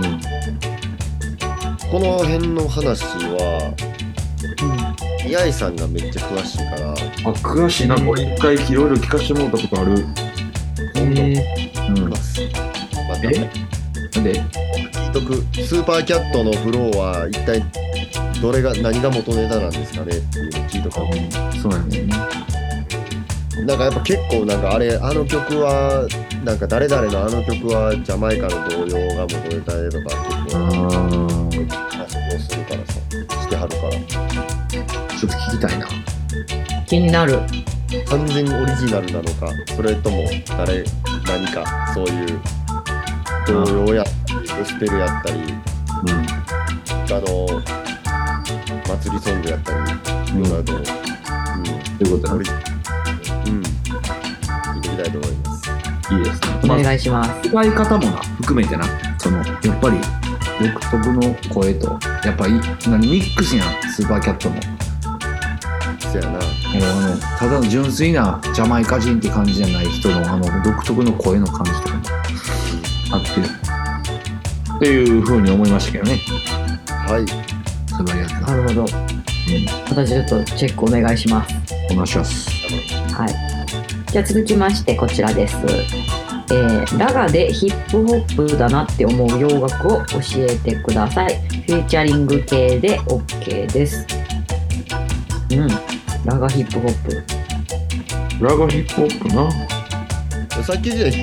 この辺の話は宮井さんがめっちゃ詳しいから、 あ、詳しいな。これ一回いろいろ聞かせてもらったことある。 え。へえ。 うん。 ます。またえなんで？ 聞いと曲スーパーキャットのフローは一体どれが何が元ネタなんですかねっていうのを聞いとかもそうなんだよね。 なんかやっぱ結構なんかあれあの曲はなんか誰々のあの曲はジャマイカの童謡が元ネタでとか結構話をするからさしてはるからちょっと聞きたいな。 気になる。 完全にオリジナルなのかそれとも誰何かそういう童謡やったりゴスペルやったり、うん、あの祭りソングやったりいろんなの、うん、 ということだね。 うん、聞いてみたいと思います。 いいですね。 お願いします。 使い方もな含めてな、そのやっぱり独特の声とやっぱり何ミックスやんスーパーキャットも。 そうやな。 あのただの純粋なジャマイカ人って感じじゃない人のあの独特の声の感じとかもあってっていう風に思いましたけどね。 はい。 素晴らしい。 なるほど。うん、私ちょっとチェックお願いします。 お願いします。 はい。じゃあ続きましてこちらです。えー、ラガでヒップホップだなって思う洋楽を教えてください。フューチャリング系で OK です。うん。ラガヒップホップ。 ラガヒップホップな。 さっき言った、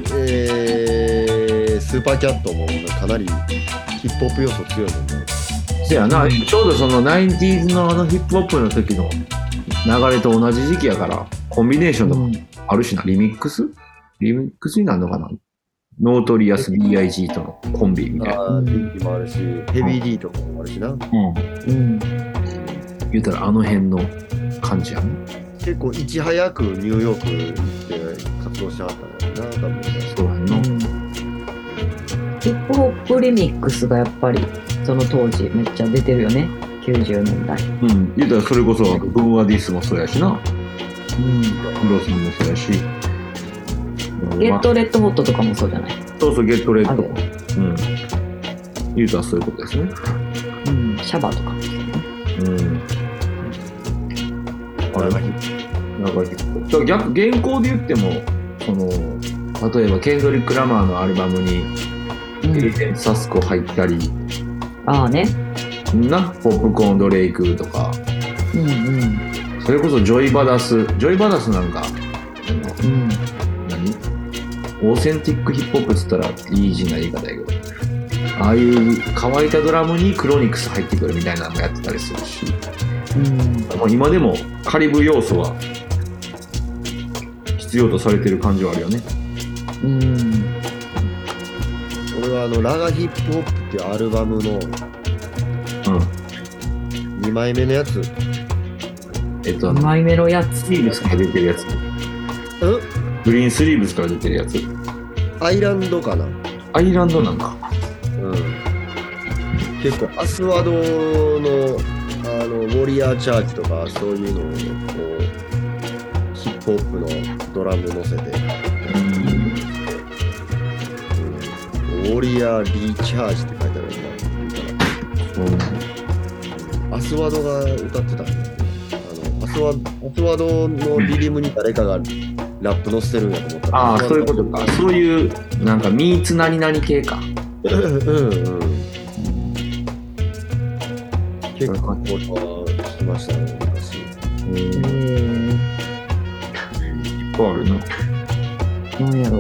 えー、スーパーキャットもかなりヒップホップ要素強いもんね。 せやな、ちょうどそのナインティーズのあのヒップホップの時の流れと同じ時期やからコンビネーションとかあるしな、リミックスリミックスになるのかな。ノートリアス ビーアイジー とのコンビみたいな。 ああ、電気もあるし、ヘビー D とかもあるしな。うん。うん。 言うたらあの辺の感じやね。 結構いち早くニューヨーク行って活動してはったのよな、多分。 そうやな、うん。 ヒップホップリミックスがやっぱりその当時めっちゃ出てるよね。きゅうじゅうねんだい。 うん。言うたらそれこそブンワディスもそうやしな。うん。ブロスもそうやし。 ゲットレッドホットとかもそうじゃない。 そうそう、ゲットレッド。うん。言うたらそういうことですね。 うん。シャバとかもそうね。うん。 あれがヒップ。逆、現行で言っても、その、例えばケンドリック・ラマーのアルバムに、エリセント・サスコ入ったり、 ああね。 な、ポップコーン・ドレイクとか、 うんうん。 それこそジョイ・バダス、ジョイ・バダスなんか、うん、何オーセンティックヒップホップっつったらイージーな言い方やけど、ああいう乾いたドラムにクロニクス入ってくるみたいなのもやってたりするし、うん、今でもカリブ要素は必要とされてる感じはあるよね。 うん。俺はあのラガヒップホップっていうアルバムのにまいめのやつ、 えっとにまいめのやつ、 スリーブスから出てるやつ、グリーンスリーブスから出てるやつ、 アイランドかな。 アイランドなんか、 うん、結構アスワドのあのウォリアーチャージとかそういうのをこうヒップホップのドラム乗せて、うんうん、ウォリアーリーチャージって書いてあるんだ、うん、アスワドが歌ってたんだよね。あのアスワ、アスワドのリリムに誰かがラップ乗せてるんやと思ったら、 ああ、そういうことか。そういうなんかミーツ何々系か。うんうんうん。 結構これは聞きましたね、昔。へえ。 いっぱいあるな。 なんやろ。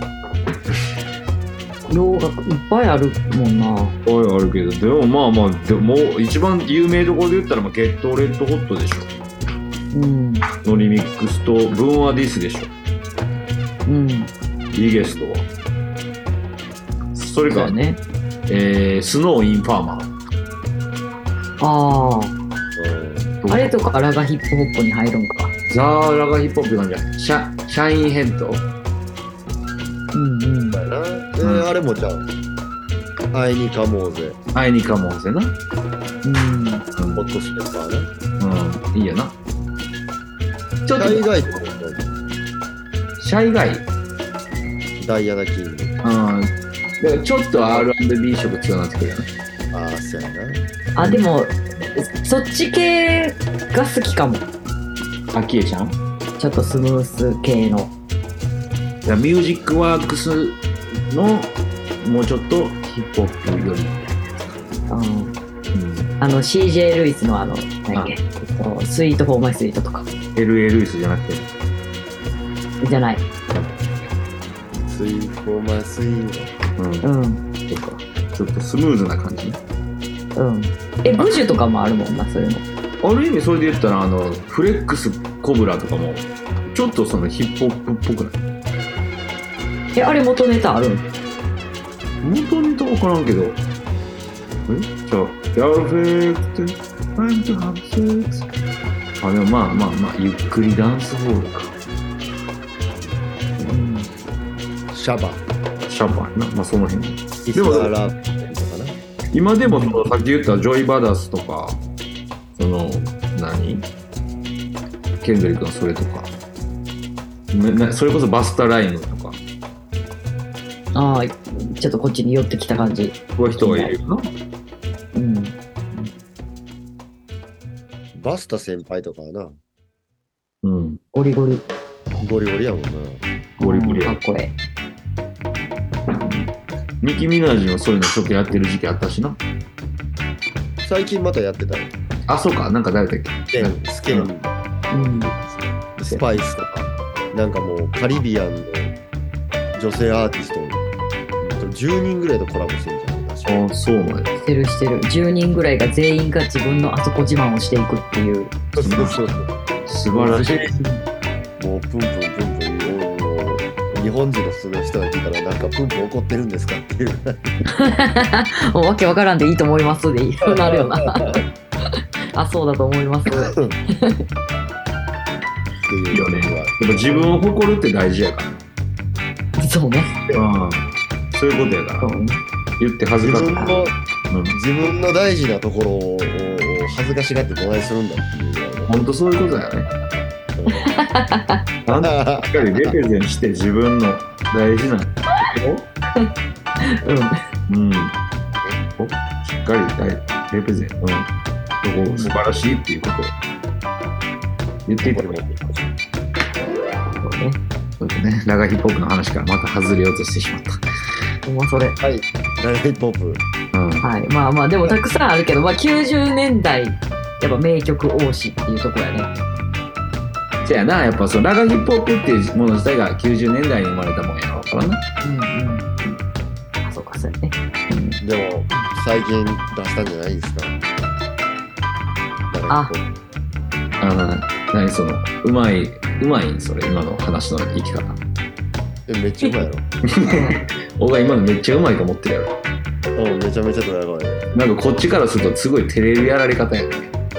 洋楽いっぱいあるもんな。いっぱいあるけど、でもまあまあ、でも一番有名どころで言ったら、まあ、ゲットレッドホットでしょ。うん。のリミックスとブンワディスでしょ。うん。ビゲストは。それからね、えー、スノーインファーマー。 ああ。あれとかラガヒップホップに入るんか。 ザーラガヒップホップなんじゃない。シャシャインヘッド。 うんうん。だよな。えー、あれもじゃん。会いにかもうぜ。 会いにかもうぜな。うん。 ホットステッパーね。 うん。いいやな。 ちょっとシャイガイってこと？ シャイガイ。 ダイアナ・キング。 うん。ちょっと アールアンドビー 色強なってくるよね。 ああ、そうやな。 あ、でもそっち系が好きかも。 あきえちゃん？ ちょっとスムース系の。 ミュージックワークスのもうちょっとヒップホップよりみたいなやつか。 うんうん。 あの シージェー ルイスのあの何やっけ、えっとスイートフォーマイスイートとかエルエー ルイスじゃなくて、 じゃない。 スイーフォーマスイーうん。 うんとか、ちょっとスムーズな感じね。 うん。えブジュとかもあるもんな、そういうの。 ある意味それで言ったら、あの、フレックスコブラとかも、ちょっとそのヒップホップっぽくない？ えあれ元ネタあるん？ 元ネタわからんけど、えじゃあ、パーフェクト、time to have sex。あ、でもまあまあまあ、ゆっくりダンスホールか。 シャバシャンパンやな。まあその辺。 イスララープとかな。 今でもそのさっき言ったジョイ・バダスとか、その、何ケンドリックのそれとか、ななそれこそバスタ・ライムとか、 ああちょっとこっちに寄ってきた感じ。 こういう人がいるよな。 うん。 バスタ先輩とかはな、 うん。 ゴリゴリ。 ゴリゴリやもんな。 ゴリゴリやかっこえニキ・ミナージもそういうのちょっとやってる時期あったしな。 最近またやってたよ。 あ、そうか。なんか誰だっけ？ ケン、スケン、 うんえ。うん。 スパイスとか、なんかもうカリビアンの女性アーティストじゅうにんぐらいとコラボしてるんじゃないかしら。 あ、そうなんや。 してるしてる。じゅうにんぐらいが全員が自分のあそこ自慢をしていくっていう。 そうそうそう。 素晴らしい。 もうプンプンプンプン、もう日本人の普通の人が聞いたらなんかプンプン怒ってるんですかっていう。 もうわけわからんでいいと思いますでいいなるよな。あ、そうだと思います。 っていうよね。やっぱ自分を誇るって大事やかそうね。 ら。うん。そういうことやから。 そうね。 言って恥ずかしい。 自分のうん。 自分の大事なところを恥ずかしがってどないするんだっていうぐらいの。 ほんとそういうことだよね。あんたしっかりレペゼンして自分の大事なとこうん。 ろ、うん、しっかり大レペゼン、うん、そこ素晴らしいっていうことを言っていただいて、 そうね。 そうですね。ラガーヒップホップの話からまた外れようとしてしまった。 もうそれ。 はい。ライフヒップホップ。 うん。 はい。まあまあ、でもたくさんあるけど、まあきゅうじゅうねんだい、やっぱ名曲多しっていうところやね。 そやな、やっぱそのラガーヒップホップっていうもの自体がきゅうじゅうねんだいに生まれたもんやろうからな。 うんうん。あ、そうか、そうやね。うん、 でも最近出したんじゃないですか。 ああの、何その、うまい、うまいんそれ、今の話の生き方。 え、めっちゃうまいやろ。 俺が今のめっちゃうまいと思ってるやろ。 うん、めちゃめちゃドラゴンやね。 なんかこっちからするとすごい照れるやられ方やね。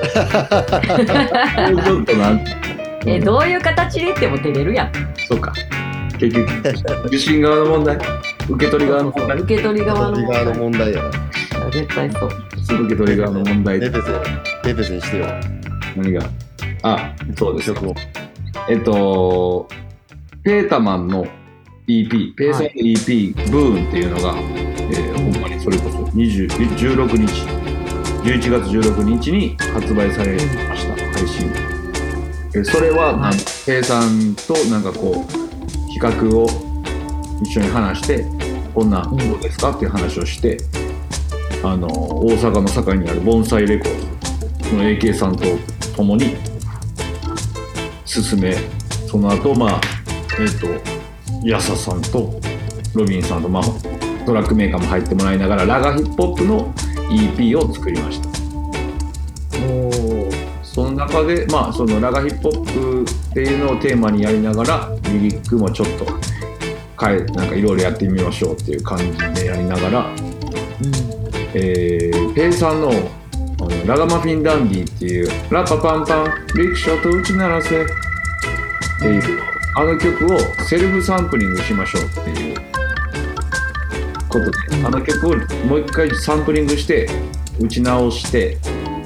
ちょっとなんえ、どういう形で言っても照れるやん。 そうか。結局、受信側の問題、受け取り側の問題、 受け取り側の右側の問題やな。 絶対そう。 受け取り側の問題レペゼン、レペゼンしてよ。 何があ、そうですよ。 曲を。 えっと、ペータマンの イーピー、ペーサーの イーピー、ブーンっていうのが、えー、ほんまにそれこそにじゅう、じゅうろくにち、じゅういちがつじゅうろくにちに発売されました、配信。えそれは、 はい、 ペイさんとなんかこう、企画を一緒に話して、こんなんどうですかっていう話をして、あの、大阪の堺にある盆栽レコードの エーケー さんと共に進め、その後、まあ、えっと、安田さんとロビンさんと、まあ、トラックメーカーも入ってもらいながら、ラガヒップホップの イーピー を作りました。 おー。 その中で、まあ、そのラガヒップホップっていうのをテーマにやりながら、リリックもちょっと変え、なんかいろいろやってみましょうっていう感じでやりながら、 うん、 えー、ペイさんのあのラガマフィンダンディっていうラッパパンパンリクションと打ち鳴らせっていうあの曲をセルフサンプリングしましょうっていうことで、あの曲をもう一回サンプリングして打ち直して、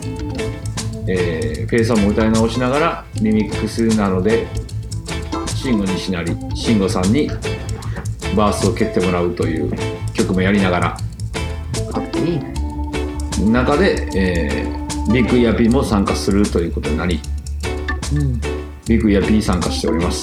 えー、ペイさんも歌い直しながらリミックスなので慎吾西成慎吾さんにバースを蹴ってもらうという曲もやりながらかっこいい中で、えー、ビッグイヤピーも参加するということになり、 うん、 ビッグイヤピー参加しております。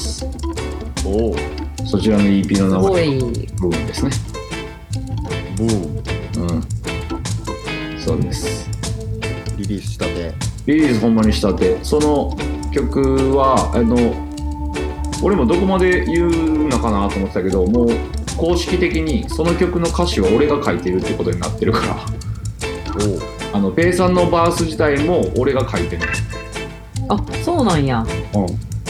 おお、 そちらの イーピー の名前すごい部分ですね。 ブーン。 うんそうです。 リリースしたてリリースほんまにしたて。その曲はあの俺もどこまで言うのかなと思ってたけど、もう公式的にその曲の歌詞は俺が書いてるってことになってるから、おあのペイさんのバース自体も俺が書いてる。 あ、そうなんや。 うん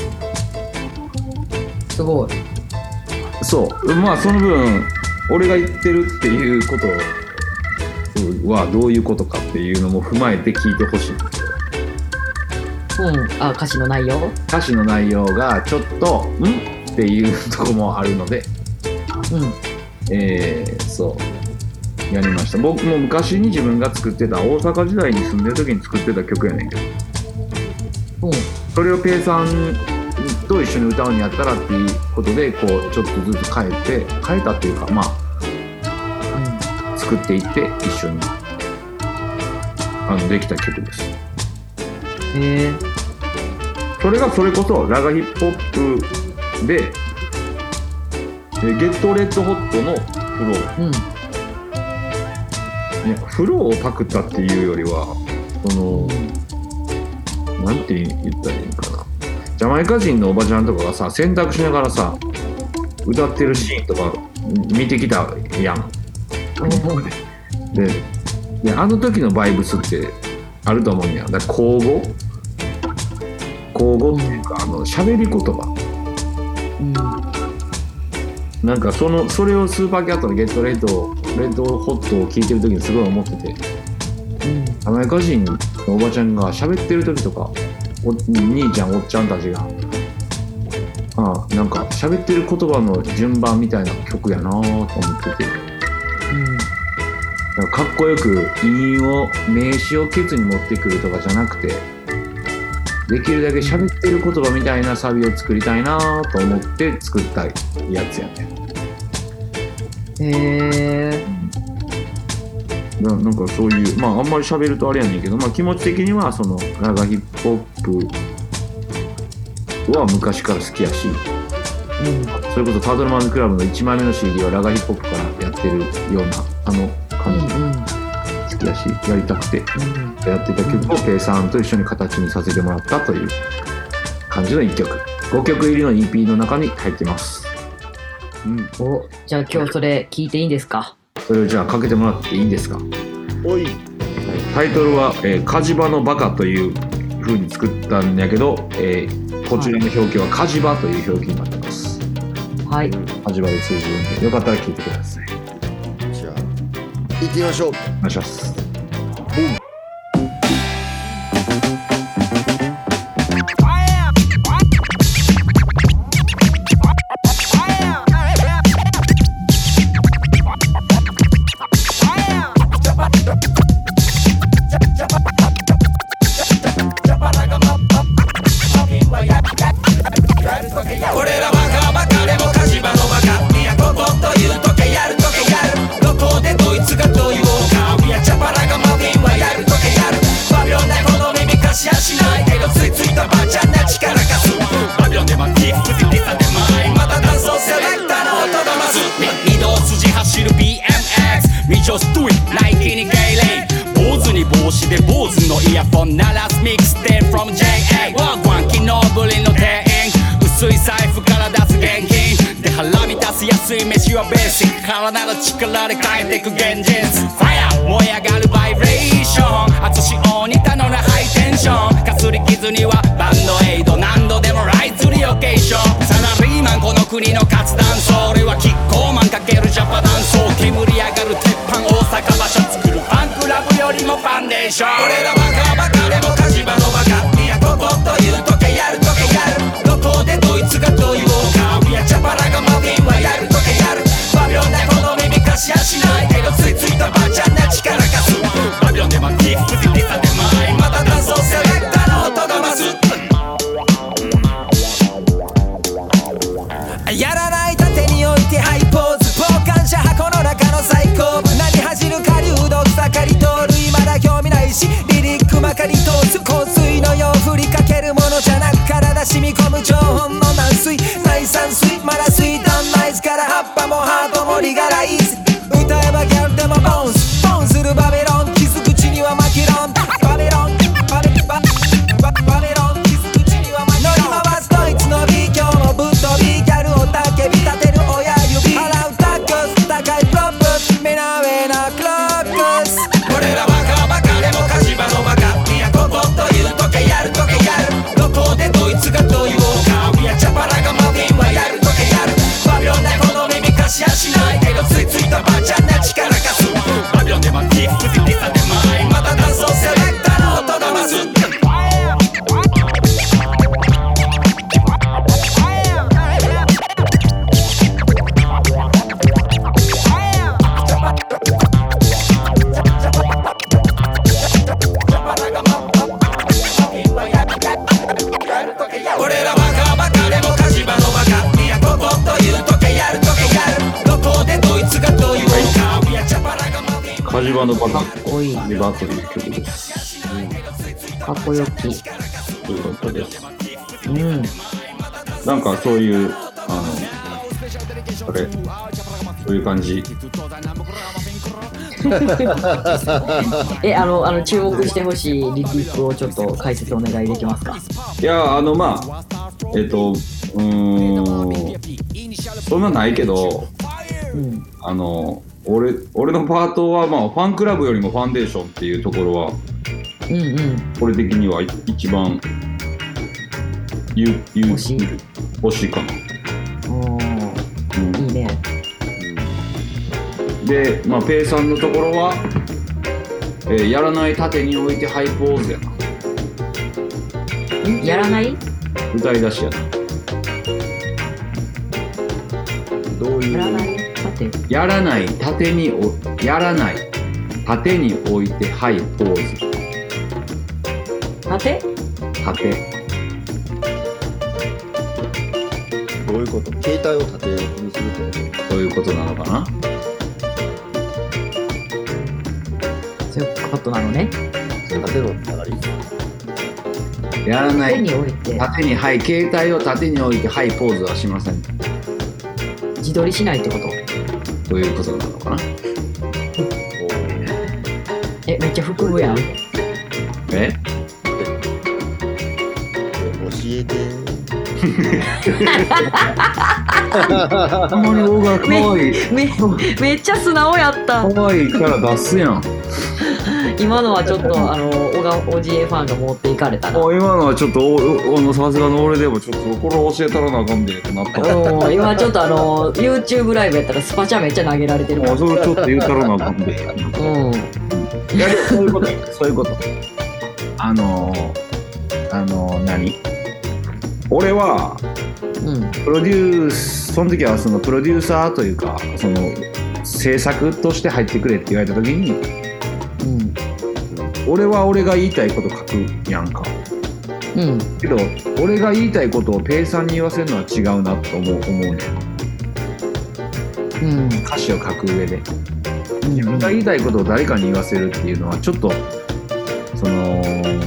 すごい。 そうまあその分俺が言ってるっていうことはどういうことかっていうのも踏まえて聞いてほしいんだけど、 うん、あ、歌詞の内容歌詞の内容がちょっとんっていうとこもあるので、 うんえー、そうやりました。僕も昔に自分が作ってた大阪時代に住んでる時に作ってた曲やねんけど、 うん、 それをペイさんと一緒に歌うんやったらっていうことでこうちょっとずつ変えて変えたっていうかまあ、うん、作っていって一緒にあのできた曲です。 へえ。 それがそれこそラガヒップホップでゲットレッドホットのフロー、 うん、 いやフローをパクったっていうよりはその、うん、なんて言ったらいいのかな、ジャマイカ人のおばちゃんとかがさ洗濯しながらさ歌ってるシーンとか見てきたやん、うん、で, であの時のバイブスってあると思うんや。だから口語口語っていうか、あの喋り言葉、うん、なんかそのそれをスーパーキャットのゲットレッドレッドホットを聞いてる時にすごい思ってて、うん、ジャマイカ人のおばちゃんが喋ってる時とかお兄ちゃんおっちゃんたちがああなんか喋ってる言葉の順番みたいな曲やなと思ってて、うん、なんかかっこよく韻を名詞をケツに持ってくるとかじゃなくて、できるだけ喋ってる言葉みたいなサビを作りたいなと思って作ったやつやね。 へー。 な, なんかそういうまああんまり喋るとあれやねんけど、まあ気持ち的にはそのラガヒップホップは昔から好きやし、うん、それこそタートルマンズクラブのいちまいめの シーディー はラガヒップホップからやってるようなあの感じ、うんうん、好きやしやりたくて、うん、やってた曲をペイさんと一緒に形にさせてもらったという感じのいっきょくごきょく入りの イーピー の中に入ってます、 うん、おじゃあ今日それ聞いていいんですか。 それをじゃあかけてもらっていいですか。 おい。 タイトルは、えー、火事場のバカという風に作ったんやけど、えー、こちらの表記は火事場という表記になってます。 はい。 火事場で通じるんでよかったら聞いてください。 じゃあ行ってみましょう。 お願いします。 体の力で変えてく現実 Fire 燃え上がるバイブレーション熱しお似たのなハイテンションかすり傷にはバンドエイド何度でもライズリオケーションサラリーマンこの国の活断層俺はキッコーマンかけるジャパダンソー煙上がる鉄板大阪場所作るファンクラブよりもファンデーション俺らバカバカでも火事場のバカいやここというとけやるとけやるどこでどいつがどう言おうかいやチャパラがマフィンはやるとけやるバビロンでこの耳貸しやしないけどついついたばあちゃんな力貸すバビロンでマティップでリサでマイまたダンスをセレクターの音が増すやらない盾に置いてハイポーズ傍観者箱の中の最高部何恥じる狩人草刈り通る未だ興味ないしリリックまかり通す香水のよう振りかけるものじゃなく体染み込む情報の軟水内酸水まだ水ダンナイスから葉っぱもハートもリガライズ歌えばギャルでもボンスカジバのバタかっこいい。 リバーという曲です。 かっこよき。 ということです。 うん。 なんかそういうあのあれそういう感じ。 え、あの、あの注目してほしいリリックをちょっと解説お願いできますか。 いやあのまあえっとうーんそんなないけど、 うん、 あの俺俺のパートはまあファンクラブよりもファンデーションっていうところは、 うんうん、 俺的には一番ゆゆ欲しい欲しいかな。 おー、うん、いいね。 で、まあ、ペイさんのところは、えー、やらない縦に置いてハイポーズやな。 んやらない歌い出しやな。 どういうやらない縦やらない縦におやらない縦に置いてハイポーズ。 縦縦。 どういうこと？携帯を縦にするってこそういうことなのかな。 そういうことなのね。 と？縦のつながり？ やらない手に置いて縦にはい携帯を縦に置いてハイポーズはしません。 自撮りしないってこと？ ということなのかな。 え、めっちゃ含むやん。 え？ 教えて。 たまに大が可愛いめめっちゃ素直やった。 可愛いキャラ出すやん。 今のはちょっとあの小川おじえファンが持っていかれたな。 今のはちょっとおおのさすがの俺でもちょっとこれ教えたらなあかんでってなったわ。 うん今ちょっとあの YouTube ライブやったらスパチャめっちゃ投げられてるもん。 あそれちょっと言うたらなあかんで。 うん。 いやそういうことそういうこと。あのあの何？俺はうん。 プロデュースその時はそのプロデューサーというかその制作として入ってくれって言われた時に、 うん。 俺は俺が言いたいこと書くやんか。 うん。 けど俺が言いたいことをペイさんに言わせるのは違うなと思う思うねん。 うん。 歌詞を書く上で自分が言いたいことを誰かに言わせるっていうのはちょっとその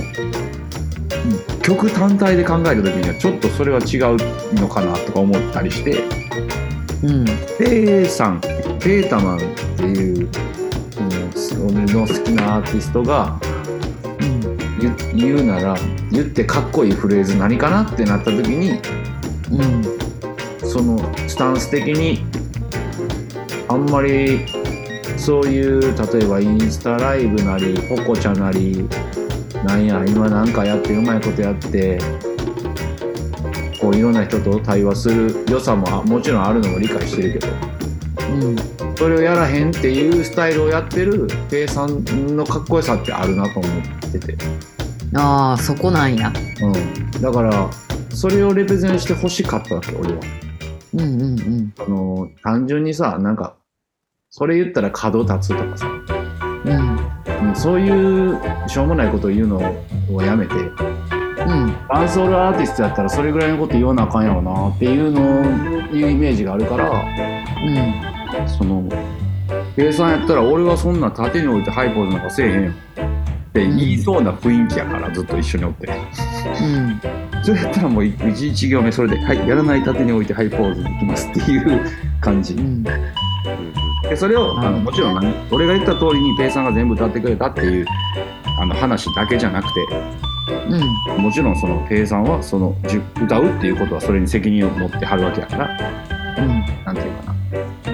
曲単体で考えた時にはちょっとそれは違うのかなとか思ったりして、 うん。 ペイさんペータマンっていう俺の好きなアーティストが言, 言うなら言ってかっこいいフレーズ何かなってなった時に、 うん。 そのスタンス的にあんまりそういう例えばインスタライブなりポコチャなりなんや今なんかやってうまいことやってこういろんな人と対話する良さももちろんあるのも理解してるけど、 うん。 それをやらへんっていうスタイルをやってるペイさんのかっこよさってあるなと思ってて、 ああそこなんや。 うん、だからそれをレペゼンして欲しかったわけ俺は。 うんうんうん。 あの単純にさなんかそれ言ったら角立つとかさ、 うん。 うん、そういうしょうもないことを言うのをやめて、 うん。 ダンスホールアーティストやったらそれぐらいのこと言わなあかんやろなっていうのいうイメージがあるから、 うん。 そのペイさんやったら俺はそんな縦に置いてハイポーズなんかせえへんよって言いそうな雰囲気やからずっと一緒におって、 うん。 それやったらもういちいち行目それで、はい、やらない縦に置いてハイポーズに行きますっていう感じ、 うん、 でそれをあのもちろん何俺が言った通りにペイさんが全部歌ってくれたっていうあの話だけじゃなくて、 うん、 もちろんそのペイさんはその歌うっていうことはそれに責任を持ってはるわけやから、 うん、 なんていうかな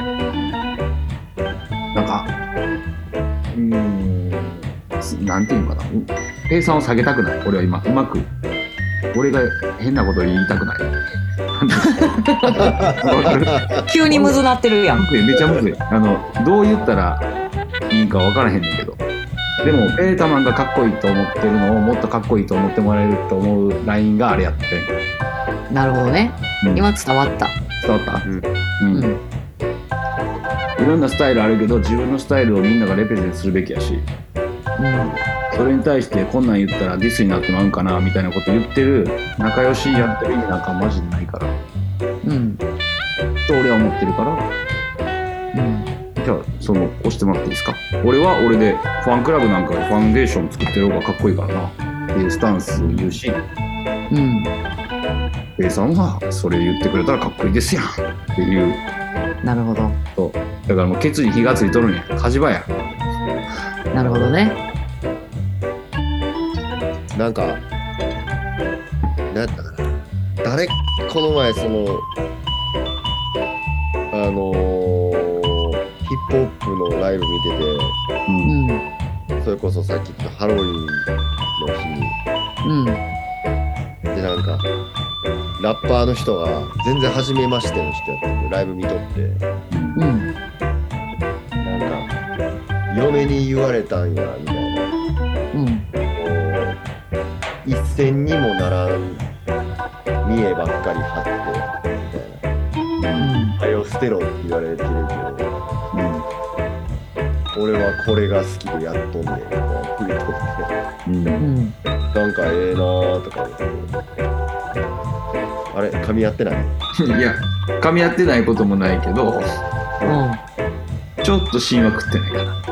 なんかうーんなんていうかなペイさんを下げたくない俺は今うまく俺が変なことを言いたくない急にむずなってるやん。 めちゃむずい。あのどう言ったらいいか分からへんねんけど、でもペータマンがかっこいいと思ってるのをもっとかっこいいと思ってもらえると思うラインがあれやって。 なるほどね、うん、今伝わった伝わった、うんうんうん、 いろんなスタイルあるけど自分のスタイルをみんながレペゼンするべきやし、うん、それに対してこんなん言ったらディスになってまうんかなみたいなこと言ってる仲良しやってる意味なんかマジでないから、うん、と俺は思ってるから、うん、じゃあゃあその押してもらっていいですか。俺は俺でファンクラブなんかでファンデーション作ってる方がかっこいいからなっていうスタンスを言うし、 うん。 ペイさんはそれ言ってくれたらかっこいいですやんっていう。 なるほど。 そうだからもうケツに火がついとるんや。火事場や。 なるほどね。 なんかなんやったかな、誰この前そのあのー、ヒップホップのライブ見てて、 うん。 それこそさっき言ったハロウィンの日に、 うん。 でなんかラッパーの人が全然初めましての人やったんでライブ見とって、 うん。 なんか嫁に言われたんやみたいな、 うん。 一銭にもならん見栄ばっかり張ってみたいな、はよ捨てろって言われてるけど、うん、俺はこれが好きでやっとんねんみたいな言うとって、うんうん、なんかええなーとか言って、あれ噛み合ってない？ いや噛み合ってないこともないけど、うん、ちょっと芯は食ってないかな。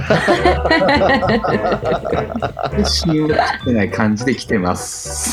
芯は食ってない感じで来てます。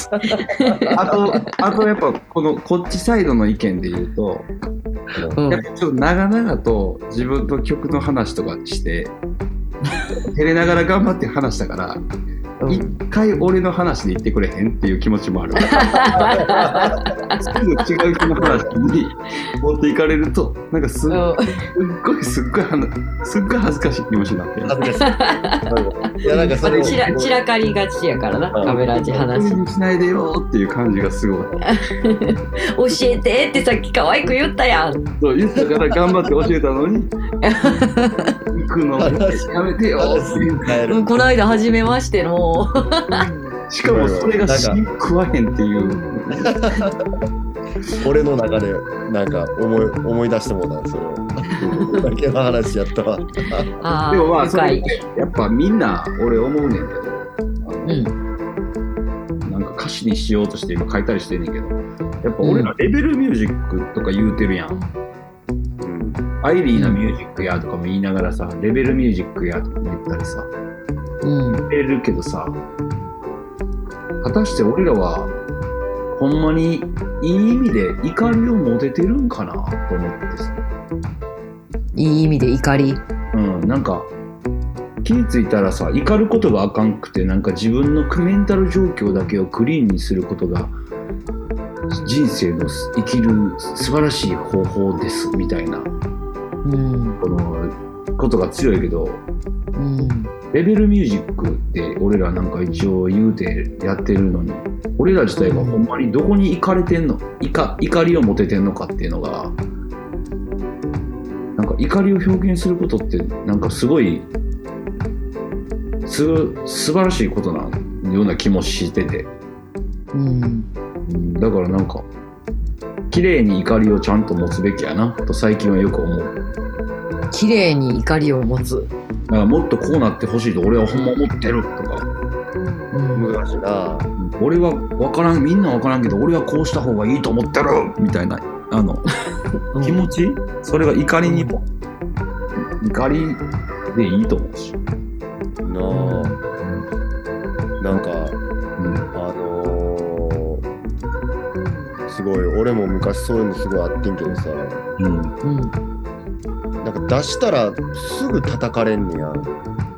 あとあとやっぱこのこっちサイドの意見で言うと、うん、やっぱちょっと長々と自分と曲の話とかして照れながら頑張って話したから、一、うん、回俺の話で言ってくれへんっていう気持ちもある。すぐ違う人の話に持っていかれるとなんかすっごいすっごいすっごい恥ずかしい気持ちになってる。恥ずかしい。いやなんかそれ散ら散らかりがちやからな、カメラ地話にしないでよっていう感じがすごい。教えてってさっき可愛く言ったやん。 そう言ったから頑張って教えたのに行くのやめてよっていう。 この間初めましての。 しかもそれが芯食わへんっていう。 俺の中でなんか思い思い出してもうたそれを。だけの話やったわ。 あでもまあそれやっぱみんな俺思うねんけど、うん、なんか歌詞にしようとして今書いたりしてんねんけど、やっぱ俺らレベルミュージックとか言うてるやん。うん、アイリーなミュージックやとかも言いながらさ、レベルミュージックやとかも言ったりさ、うん、言えるけどさ、果たして俺らはほんまにいい意味で怒りを持ててるんかなと思ってさ。 いい意味で怒り？ うん、なんか気ぃついたらさ、怒ることがあかんくて、なんか自分のメンタル状況だけをクリーンにすることが人生の生きる素晴らしい方法ですみたいな、うん、このことが強いけど、うん、レベルミュージックって俺らなんか一応言うてやってるのに、俺ら自体がほんまにどこに怒れてんの、怒、怒りを持ててんのかっていうのが、なんか怒りを表現することってなんかすごいす素晴らしいことなような気もしてて、うん、だからなんか綺麗に怒りをちゃんと持つべきやなと最近はよく思う。 綺麗に怒りを持つ。 だからもっとこうなってほしいと俺はほんま思ってるとか、 うん、難しいな。 俺は分からん、みんな分からんけど俺はこうした方がいいと思ってるみたいなあの気持ち、それが怒りにも怒りでいいと思うしなあ、うん、なんか、うん、あのー、すごい俺も昔そういうのすごいあってんけどさ、うんうん、なんか出したらすぐ叩かれんねやん、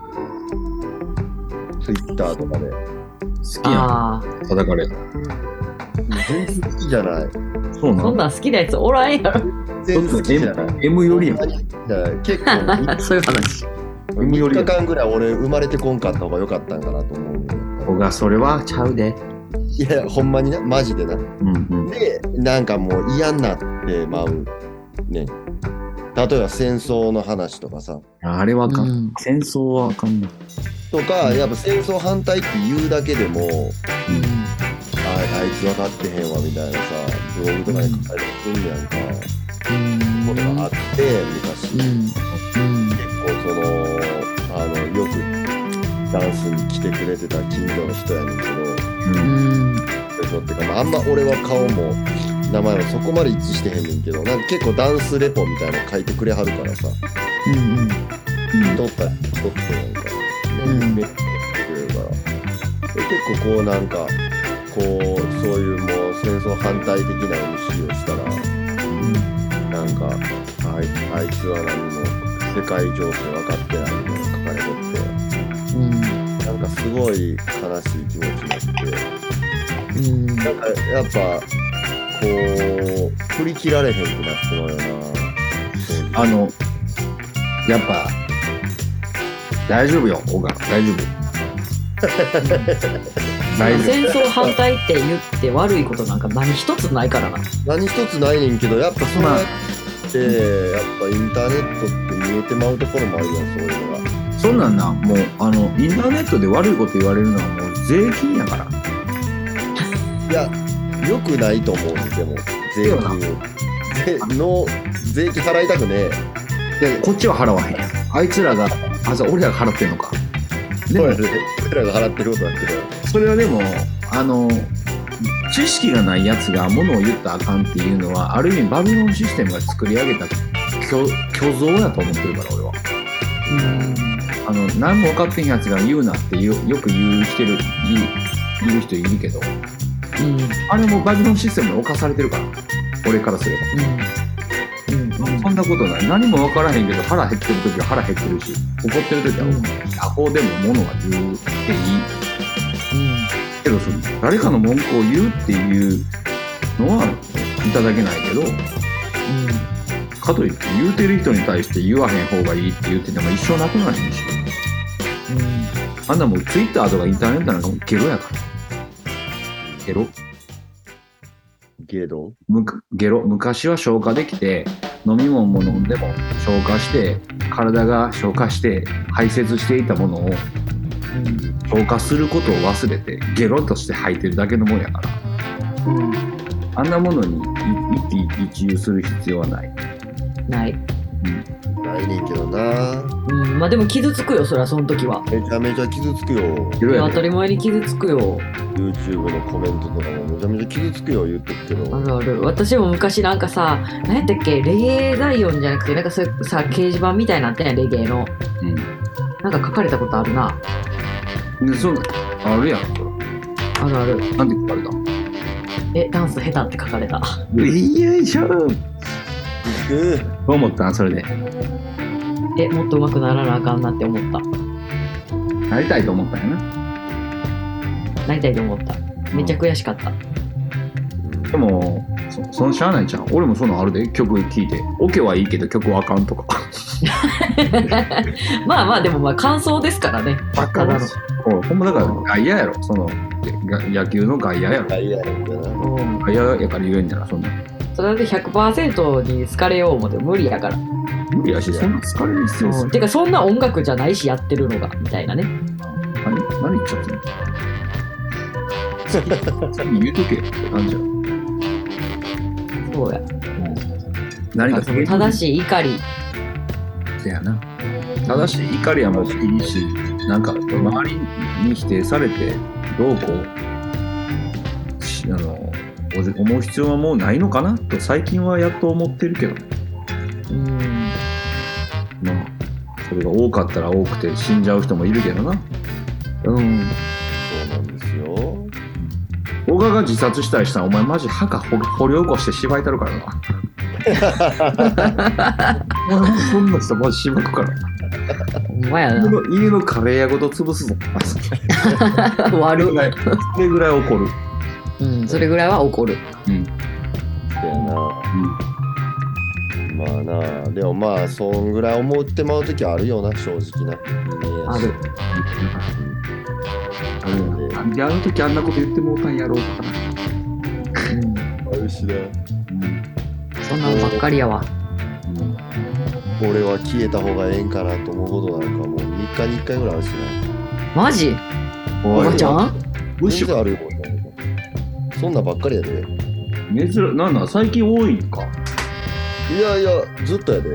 ツイッターとかで。 好きやん叩かれる。 全然好きじゃない。 そうなん、そんなん好きなやつおらんやろ。 全然好きじゃない。 M よりやん。 結構そういう話。 みっかかんぐらい俺生まれてこんかった方が良かったんかなと思う。 僕はそれはちゃうで。 いやほんまにな、マジでな、うんうん、でなんかもう嫌になってまうね。例えば戦争の話とかさ、 あれはあかん、うん、戦争はあかんねとか、やっぱ戦争反対って言うだけでも、うん、あ, あいつ分かってへんわみたいなさ、ブログとかに書かれてくんねやんか、うん、ことがあって昔、うんうん、結構そのあのよくダンスに来てくれてた近所の人やねんけど、うん、ってか、まあ、あんま俺は顔も名前はそこまで一致してへんねんけど、なんか結構ダンスレポみたいなの書いてくれはるからさ、 うんうん撮ったり撮ってなんか、ね、 うんメッセージしてくれるから、で結構こうなんかこうそういうもう戦争反対的な エムシー をしたら、なんかあいあいつは何も世界情勢分かってないみたいな書かれとって、 うんなんかすごい悲しい気持ちになって、 うんなんかやっぱこう振り切られへんくなってまうよな。 あのやっぱ大丈夫よ、オガ大丈夫大丈夫。 戦争反対って言って悪いことなんか何一つないからな。 何一つないねんけど、やっぱそうやってやっぱインターネットって見えてまうところもあるやん、そういうのが。 そんなんな、もうあのインターネットで悪いこと言われるのはもう税金やから。 いや、良くないと思う。でも税金を税の税金払いたくねでこっちは払わへんやん。あいつらが、あ、そう俺らが払ってんのか。 え。 でもそうやね。俺らが払ってることだけど。 それはでもあの知識がないやつがものを言ったらあかんっていうのは、ある意味バビロンシステムが作り上げた虚虚像やと思ってるから俺は。あの何も分かってんやつが言うなってよよく言う人いる言う言う人いるけど、 うんあれもバビロンシステムに侵されてるから、俺からすれば。 うんうんそんなことない。何も分からへんけど腹減ってる時は腹減ってるし、怒ってる時はアホでも物が言うっていいけど、その誰かの文句を言うっていうのはいただけないけど、かといって言うてる人に対して言わへん方がいいって言ってても一生なくなるし、あんなもうツイッターとかインターネットなんかもゲロやから。ゲロゲドむかゲロ昔は消化できて、飲み物も飲んでも消化して体が消化して排泄していたものを消化することを忘れてゲロとして吐いてるだけのもんやから、あんなものに一喜一憂する必要はない。 ない。 ないねんけどな。 うんまあでも傷つくよ、そりゃその時は。 めちゃめちゃ傷つくよ。 ゲロやで当たり前に傷つくよ。 YouTube のコメントとかもめちゃめちゃ傷つくよ言ってるけど。 あるある。私も昔なんかさ、何やったっけ、レゲエザイオンじゃなくて、なんかそういうさ、掲示板みたいになってんやん、レゲエの。 うんなんか書かれたことあるな。 でそうあるやん。 あるある。 なんで書かれたの？ え、ダンス下手って書かれた。 よいしょ。どう思ったんそれで。 え、もっと上手くならなあかんなって思った。 なりたいと思ったんやな。 なりたいと思った。めっちゃ悔しかった。 でもそそのしゃあないじゃん。俺もそのあるで、曲聴いてオケはいいけど曲はあかんとかまあまあでもまあ感想ですからね。 バカだろ。ほんまだから外野やろ。そのが野球の外野やろ。 いやいやみたいな。 うん。 外野やから言えんじゃな、そんな。 それで ひゃくパーセント に好かれよう思って無理やから。 無理やし、そんな疲れる必要する。 うんてかそんな音楽じゃないしやってるのがみたいなね。 何何言っちゃってんの言うとけよ。なんじゃ。 そうや。 何かその正しい怒り。 せやな。正しい怒りはもういいし、なんか周りに否定されてどうこうしあの思う必要はもうないのかなと最近はやっと思ってるけどね。 うん。 まあそれが多かったら多くて死んじゃう人もいるけどな。 うん。 そうなんですよ。 小川が自殺したりしたらお前マジ墓掘掘り起こしてしばいたるからな。そんな人マジしばくからな。 ほんまや家な。 の家のカレー屋ごと潰すぞ。 悪それぐらいそれぐらい怒る。 うん、それぐらいは怒る。 うん。 そうやな。まあなあ、でもまあそんぐらい思ってまう時あるよな、正直な。 ある。 あるなんであの時あんなこと言ってもうたんやろうとかな。 あるしな。 そんなんばっかりやわ。 俺は消えた方がええんかなと思うことなんかもうみっかにいっかいぐらいあるしな。 マジ？おばちゃん？ むしろ全然あるよ。そんなばっかりやで。 珍しなんだ最近多いんか。 いやいや、ずっとやで。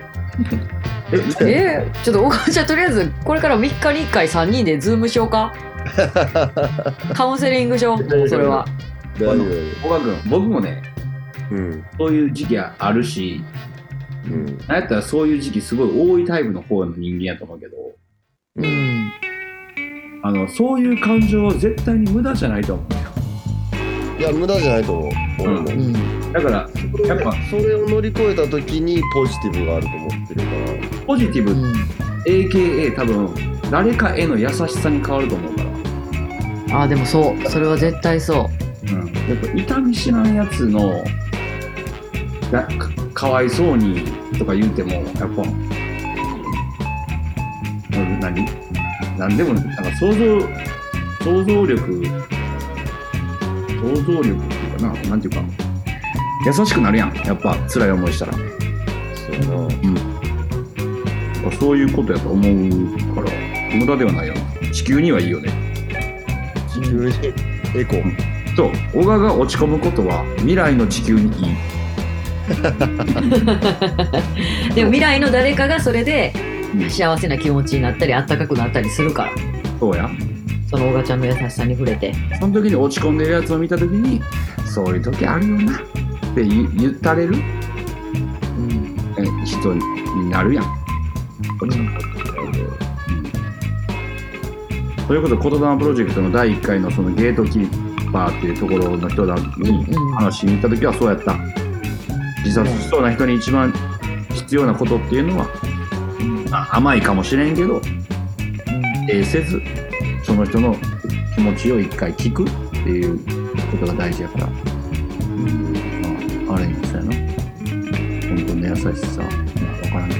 えー、ちょっとおばちゃんとりあえずこれからみっかにいっかいさんにんでズームしようか。カウンセリングしよう。それは。 大丈夫。 小川君、僕もねうん。 そういう時期あるし、 うん。 なんやったらそういう時期すごい多いタイプの方の人間やと思うけど、 うん。 あのそういう感情は絶対に無駄じゃないと思うよ。 いや無駄じゃないと思う。俺も。 うん。 だからやっぱそれを乗り越えた時にポジティブがあると思ってるから。 ポジティブ、 うん、 エーケーエー 多分誰かへの優しさに変わると思うから。 ああでもそう、それは絶対そう。 うん。やっぱ痛み知らんやつのが か, かわいそうにとか言うてもやっぱ何何でもなんか想像想像力想像力っていうかな、なんていうか優しくなるやん、やっぱ辛い思いしたら。 そうやな。 うん。そういうことやと思うから無駄ではないよ。地球にはいいよね。 地球にエコ。 そう、小川が落ち込むことは未来の地球にいい。 でも未来の誰かがそれで幸せな気持ちになったりあったかくなったりするから。 そうや。 その小川ちゃんの優しさに触れて、 その時に落ち込んでるやつを見た時にそういう時あるよなって言, 言ったれる、うん、人になるやん。落ち込む、うん、ということで言霊プロジェクトのだいいっかいのそのゲートキーパーっていうところの人らに話に行った時はそうやった。自殺しそうな人に一番必要なことっていうのは、うん、甘いかもしれんけど、否定せずその人の気持ちを一回聞くっていうことが大事やから、うん、まあ、あれみたいな本当の優しさ、まあ、分からんけど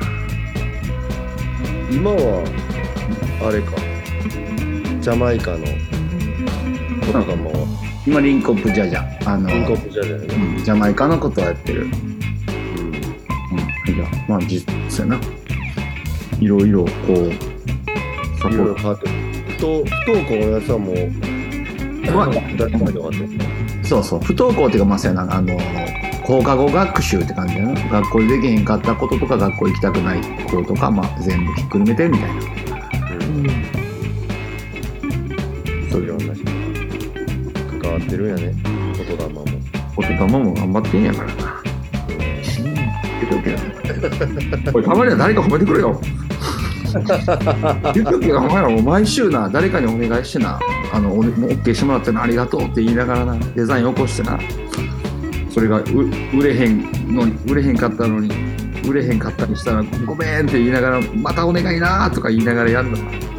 今はあれかジャマイカのことかも今リンコップジャジャあのリンコップジャジャね、 うん、ジャマイカのことをやってる。うん、うん、いやまあ実際ないろいろこうサポいろいろ変わってる。不登校のやつはもう、 まあ、 誰かで終わってる。 そうそう、不登校っていうかまあそうやな、あの放課後学習って感じだな。学校でできへんかったこととか学校行きたくない子とか、まあ全部ひっくるめてるみたいな。うん。 そういう話関わってるんやね。言霊も。 言霊も頑張ってんやからな。言っとけよ。これたまには誰か褒めてくれよ。言っとけよ、お前らもう毎週な誰かにお願いしてな、あのオッケーしてもらってな、ありがとうって言いながらな、デザイン起こしてな、それがう売れへんのに売れへんかったのに売れへんかったりしたらごめんって言いながら、またお願いなとか言いながらやるの。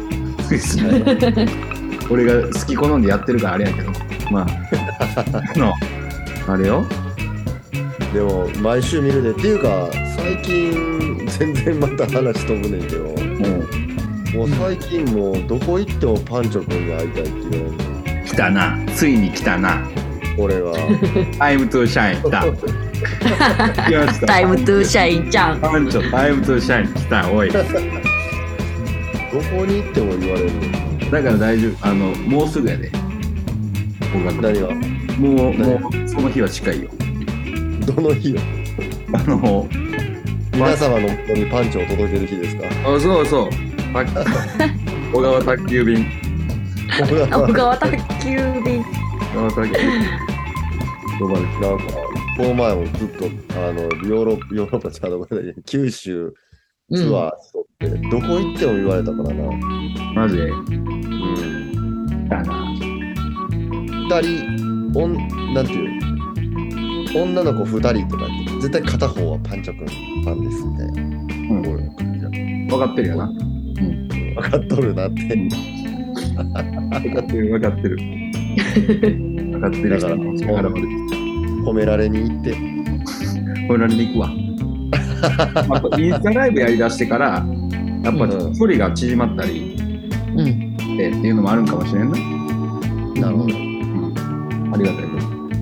俺が好き好んでやってるからあれやけど、まあのあれよ。 でも毎週見るでっていうか最近全然また話飛ぶねんけど、もう、もう最近もうどこ行ってもパンチョ君に会いたいって言われるの。 来たな、ついに来たな。 俺はタイムトゥーシャイン来た。来ました。 タイムトゥーシャインちゃん。 パンチョタイムトゥーシャイン来た。おい。どこに行っても言われるの。 だから大丈夫。あのもうすぐやで。 何が？ もうもうその日は近いよ。 どの日よ。 あの皆様の元にパンチを届ける日ですか？ あ、そうそう。小川宅急便。 小川宅急便。 小川宅急便。どこまで？ なんかこの前もずっとあのヨーロッパヨーロッパちゃうところで九州ツアーしとって、うん、どこ行っても言われたからな。 マジで？ うん。 だな。 二人おんなんていう。女の子ふたりとか絶対片方はパンチョ君ファンですみたいな、うん、 分かってるよな、うん、 分かっとるなって分かってる分かってる分かってる。だから褒められに行って褒められに行くわ。あとインスタライブやりだしてからやっぱ距離が縮まったり、うん、っていうのもあるんかもしれんな。 なるほど、うん、 ありがたいです。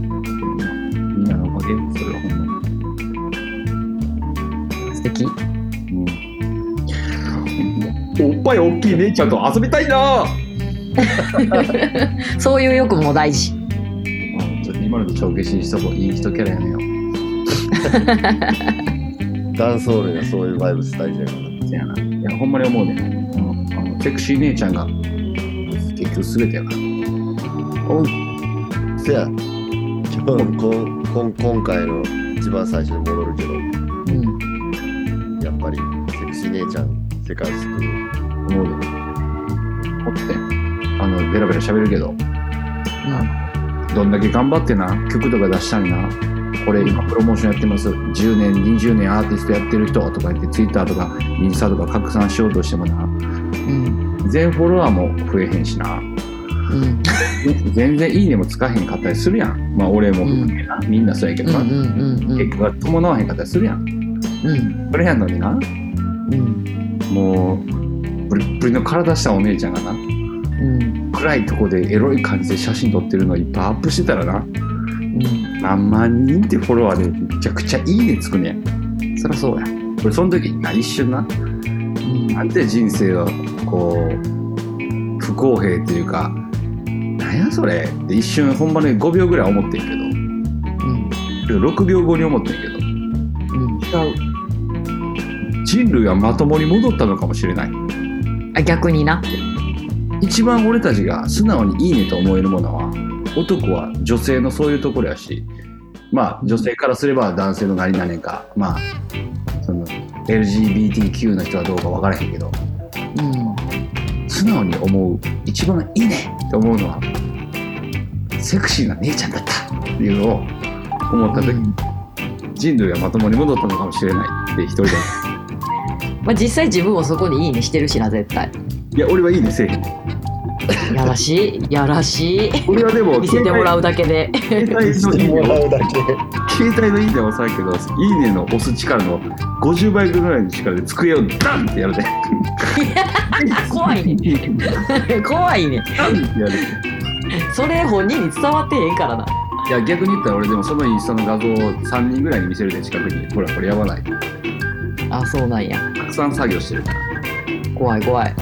それはほんまに素敵、 うん、おっぱい大きい姉ちゃんと遊びたいな。 そういう欲も大事。 ちょっと今のと帳消しにしとこう。いい人キャラやめよう。 ダンソールにはそういうバイブス大事やから。 せやな。いやほんまに思うね。あのあのセクシー姉ちゃんが結局全てやから。 おう。せや。 こんこんこん今回の一番最初に戻るけど、 うん、 やっぱりセクシー姉ちゃん世界を救う。 思うよ。おってあのベラベラ喋るけど、 うん、 どんだけ頑張ってな曲とか出したりな、これ今プロモーションやってます、じゅうねんにじゅうねんアーティストやってる人とか言ってツイッターとかインスタとか拡散しようとしてもな、 うん、 全フォロワーも増えへんしな、 うん、 全然いいねもつかへんかったりするやん。まあ俺も含めな、みんなそうやけどな、 うん、うん、うん、 結果が伴わへんかったりするやん。 うん、 それやのにな、 うん、 もうプリップリの体したお姉ちゃんがな、 うん、 暗いとこでエロい感じで写真撮ってるのいっぱいアップしてたらな、 うん、 何万人ってフォロワーでめちゃくちゃいいねつくねん。 そりゃそうや。 これその時な一瞬な、 うん、 なんで人生がこう不公平っていうか、なんやそれって一瞬ほんまにごびょうぐらい思ってんけど、 うん、 ろくびょうごに思ってんけど、 うん、 違う、人類はまともに戻ったのかもしれない。 あ、逆にな。 一番俺たちが素直にいいねと思えるものは、男は女性のそういうところやし、まあ女性からすれば男性の何々か、まあその エルジービーティーキュー の人はどうか分からへんけど、 うん、 素直に思う一番いいねって思うのはセクシーな姉ちゃんだったっていうのを思った時、うん、人類はまともに戻ったのかもしれないって一人でまあ実際自分もそこにいいねしてるしな、絶対。 いや俺はいいねせえへん。 やらしいやらしい。 俺はでも見せてもらうだけで携帯のいいねを携帯のいいねを押さえけど、いいねの押す力のごじゅうばいぐらいの力で机をダンってやるで怖いね怖いねダンってやるで。 それ本人に伝わってへんからな。 いや逆に言ったら俺でもそのインスタの画像をさんにんぐらいに見せるで、近くに。ほらこれやばない。 あ、そうなんや。 たくさん作業してるから。 怖い怖い。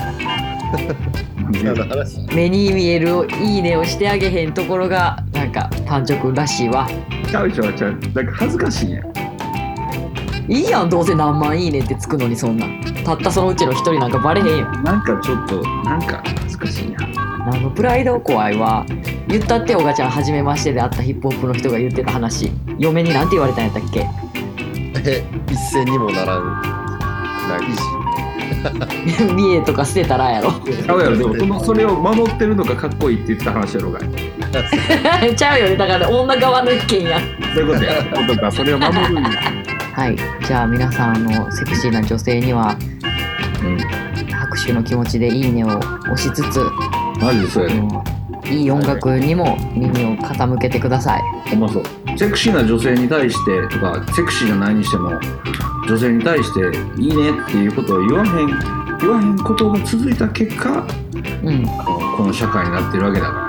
何の話？ 目に見えるいいねをしてあげへんところがなんかパンチョくんらしいわ。 ちゃうちゃうちゃう、なんか恥ずかしいやん。 いいやん、どうせ何万いいねってつくのに。そんなたったそのうちの一人なんかバレへんよ。 なんかちょっとなんか恥ずかしいな。 なんかプライド怖いわ。言ったって、おがちゃん初めましてで会ったヒップホップの人が言ってた話、嫁になんて言われたんやったっけ？ え、一銭にもならんないし見栄とか捨てたらやろ。 ちゃうやろ、でもそのそれを守ってるのがかっこいいって言ってた話やろうがい。 ちゃうよね、だから女側の意見や。 そういうことや。男がそれを守るんや。 はい、じゃあ皆さん、あのセクシーな女性には、 うん、 拍手の気持ちでいいねを押しつつ、 マジでそうやね。 いい音楽にも耳を傾けてください。 ほんまそう。セクシーな女性に対してとか、セクシーじゃないにしても女性に対していいねっていうことを言わへん言わへんことが続いた結果、うん、あのこの社会になってるわけだから。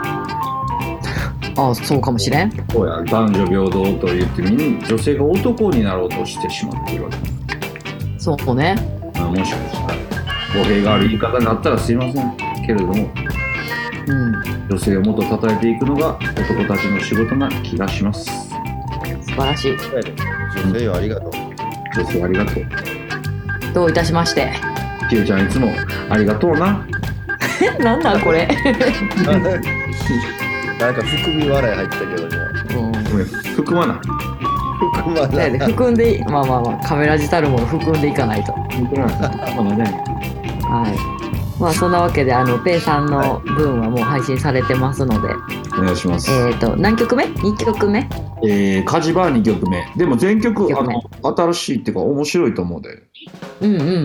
ああ、そうかもしれん。 そうや、男女平等と言ってみん女性が男になろうとしてしまっているわけだ。 そうね。 まあ、もしかしたら語弊がある言い方になったらすいませんけれども、うん、女性をもっと称えていくのが男たちの仕事な気がします。 素晴らしい。 女性よ、ありがとう。 女性ありがとう。 どういたしまして。 キエちゃんいつもありがとうな。 なんなんこれ。 なんか含み笑い入ったけど今。 うん、含まない。 含まない。 含んで、まあまあまあ、カメラ自たるもの含んでいかないと。 含まない。 はい。まあそんなわけで、あのペイさんの分はもう配信されてますので、 お願いします。 えっと何曲目？にきょくめ？ えー、カジバーにきょくめ。でも全曲あの新しいっていうか面白いと思うで。 うんうんうん。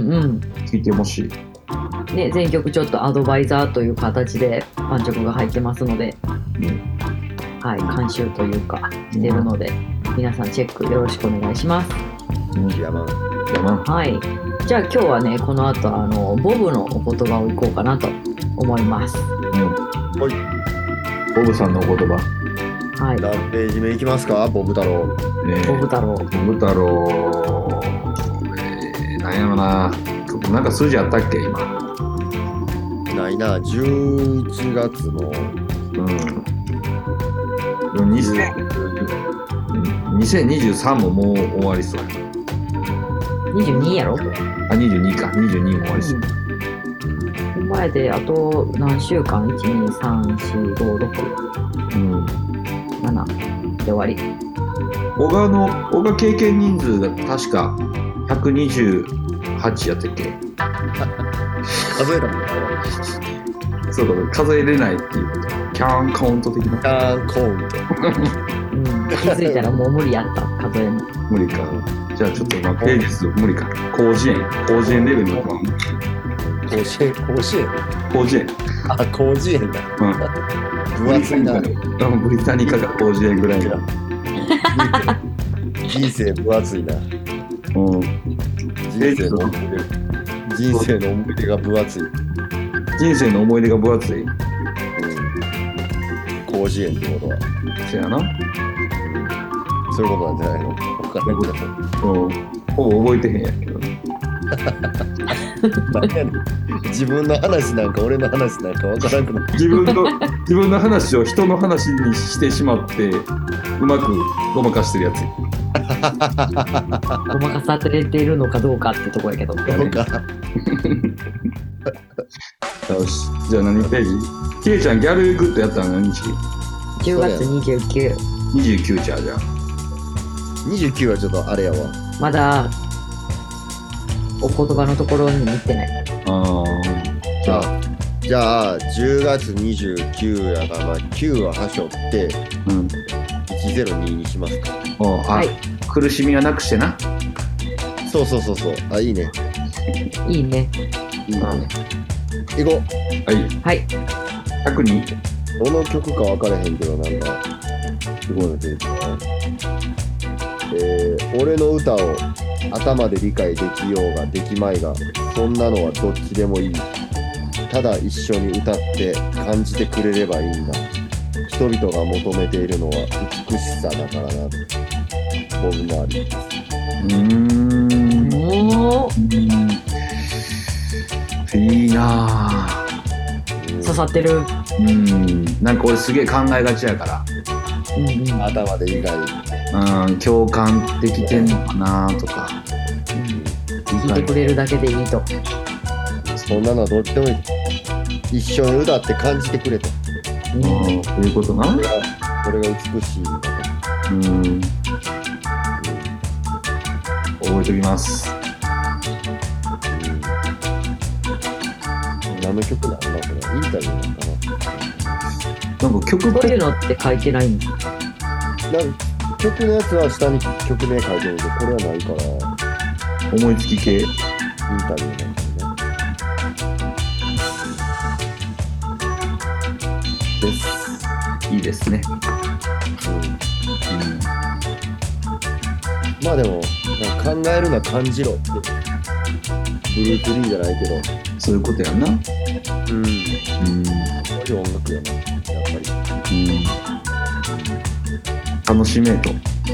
聴いてほしい。 ね、全曲ちょっとアドバイザーという形でパンチョクが入ってますので、うん、はい、監修というかしてるので、うん、皆さんチェックよろしくお願いします。 うん、やまんやまん。 はい。じゃあ今日はね、この後あのボブのお言葉をいこうかなと思います。うん。 はい。 ボブさんのお言葉。 はい。 何ページ目いきますか、ボブ太郎。 ね、ボブ太郎。 ボブ太郎。えー、なんやろな。なんか数字あったっけ今。 ないな。じゅういちがつの。 うん。にせんにじゅうさんももう終わりそうや。 にじゅうにやろ？ あ、にじゅうにか。にじゅうにも終わりそう。 うん、前であと何週間 ?いち、に、さん、よん、ご、ろく、うん、なな。 で終わり。 小川の小川経験人数が確かひゃくにじゅうはちやったっけ。 数えたもんね。 そうだ、数えれないっていうキャンカウント的な。 キャンコーンと。 うん、気づいたらもう無理やった数えるの。 無理か。じゃあちょっとまあページ数無理か。広辞苑広辞苑レベルのかな。 甲子園甲子園広辞苑。 あ、甲子園だ。 うん。 分厚いな。 うんブリタニカが広辞苑ぐらいの。 人生分厚いな。 うん。 人生の思い出人生の思い出が分厚い。 人生の思い出が分厚い。 うん。甲子園ってことは。 せやな。 そういうことなんじゃないの？分からんけど。 うん。ほぼ覚えてへんやけど。 何やねん。自分の話なんか俺の話なんか分からんくなって。 自分の自分の話を人の話にしてしまってうまくごまかしてるやつ。 ごまかされているのかどうかってとこやけど。 どうか。 よし、じゃあ何ページ？ケイちゃんギャルグッドやったの何日？ じゅうがつにじゅうく。 にじゅうくちゃうじゃん。 にじゅうくはちょっとあれやわ。 まだお言葉のところに行ってない。 ああ。じゃあ、 じゃあじゅうがつにじゅうくやから、まあきゅうははしょってうん。 いちぜろににしますか。 おあ、 はい、 苦しみはなくしてな。 そうそうそうそう。あ、いいね。 いいね。 いいね。行こはい。 はい。 ひゃくに。 う。どの曲か分からへんけど、なんか、すごいの出てきたな。えー、俺の歌を頭で理解できようができまいが、そんなのはどっちでもいい。ただ一緒に歌って感じてくれればいいんだ。人々が求めているのは美しさだからな。ボブ・マーリーです。 うーん。 おー、 いいなぁ。 うん刺さってる。 うん。なんか俺すげえ考えがちやかうんうん。 頭で理解。 ら。うん。共感できてんのかなとか。 聞いてくれるだけでいいと。 そんなのはどっちでもいい。一緒に歌って感じてくれと。 うん、 ああ、そういうことな。 これが、これが美しいんだと。 うん。覚えておきます。 うん、何の曲なんだこれ。インタビューなんかなんか曲そういうのって書いてないんだ。 な。なんか曲のやつは下に曲名書いてるけど、これはないから、 思いつき系。 インタビューなんかね。です。 いいですね。 うん、まあでも、なんか考えるな感じろって。ブルーツリーじゃないけど、 そういうことやんな。うん。 うん。そういう音楽やな、やっぱり。 うん。楽しめと。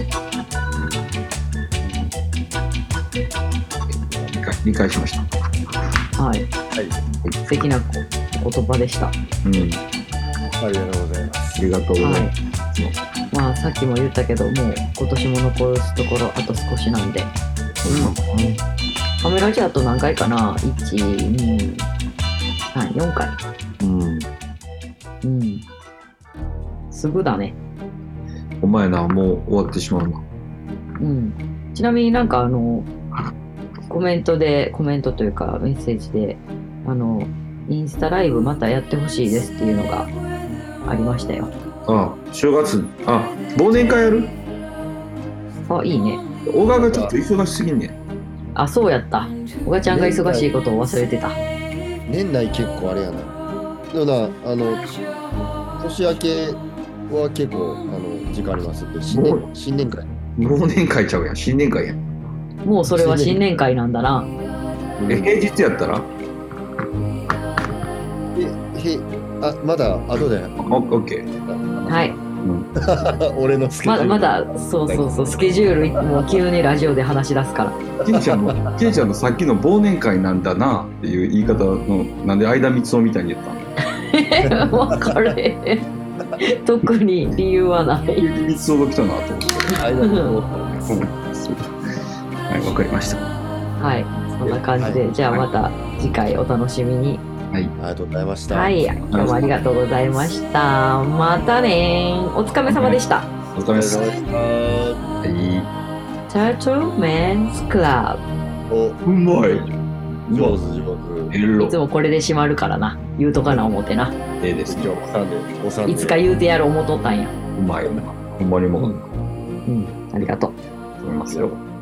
理解、理解しました。 はい。 はい。 素敵な言葉でした。 うん。 ありがとうございます。 ありがとうございます。 まあさっきも言ったけど、もう今年も残すところあと少しなんで。うん。カメラジアと何回かな ?いち、に、さん、よんかい。 うん。 うん。すぐだね。 お前な、もう終わってしまうな。 うん。ちなみになんかあの、コメントで、コメントというかメッセージで、あの、インスタライブまたやってほしいですっていうのがありましたよ。 ああ、正月、あ、忘年会やる？ あ、いいね。 小川がちょっと忙しすぎんねん。 あ、そうやった。おがちゃんが忙しいことを忘れてた。 年内結構あれやな。でもな、あの、年明けは結構、あの、時間ありますんで、新年、新年会。 忘年会ちゃうやん、新年会やん。 もうそれは新年会なんだな。 え、平日やったら？ え、へ、あ、まだ後で。 オッケー。 はい。 俺のスケジュール。 まだまだ、そうそうそう、スケジュール、もう急にラジオで話し出すから。 ケイちゃんの、ケイちゃんのさっきの忘年会なんだなっていう言い方の、なんで相田光雄みたいに言ったの？ わかれへん。特に理由はない。 光雄が来たなと思って。 間にはい、わかりました。 はい、そんな感じで、 はいじゃあまた次回お楽しみに。 はい、 ありがとうございました。 はい、今日もありがとうございました。またねー。お疲れ様でした。 お疲れ様です。 は Turtle Men's Club。 い。お、 うまい。 上手上手。 エロいつもこれで閉まるからな。言うとかな思ってな。 ええですね。 今日おさんで、おさんで。 いつか言うてやる思っとったんや。 うまいよな。ほんまにもう、 うん、ありがとう。 思いますよ。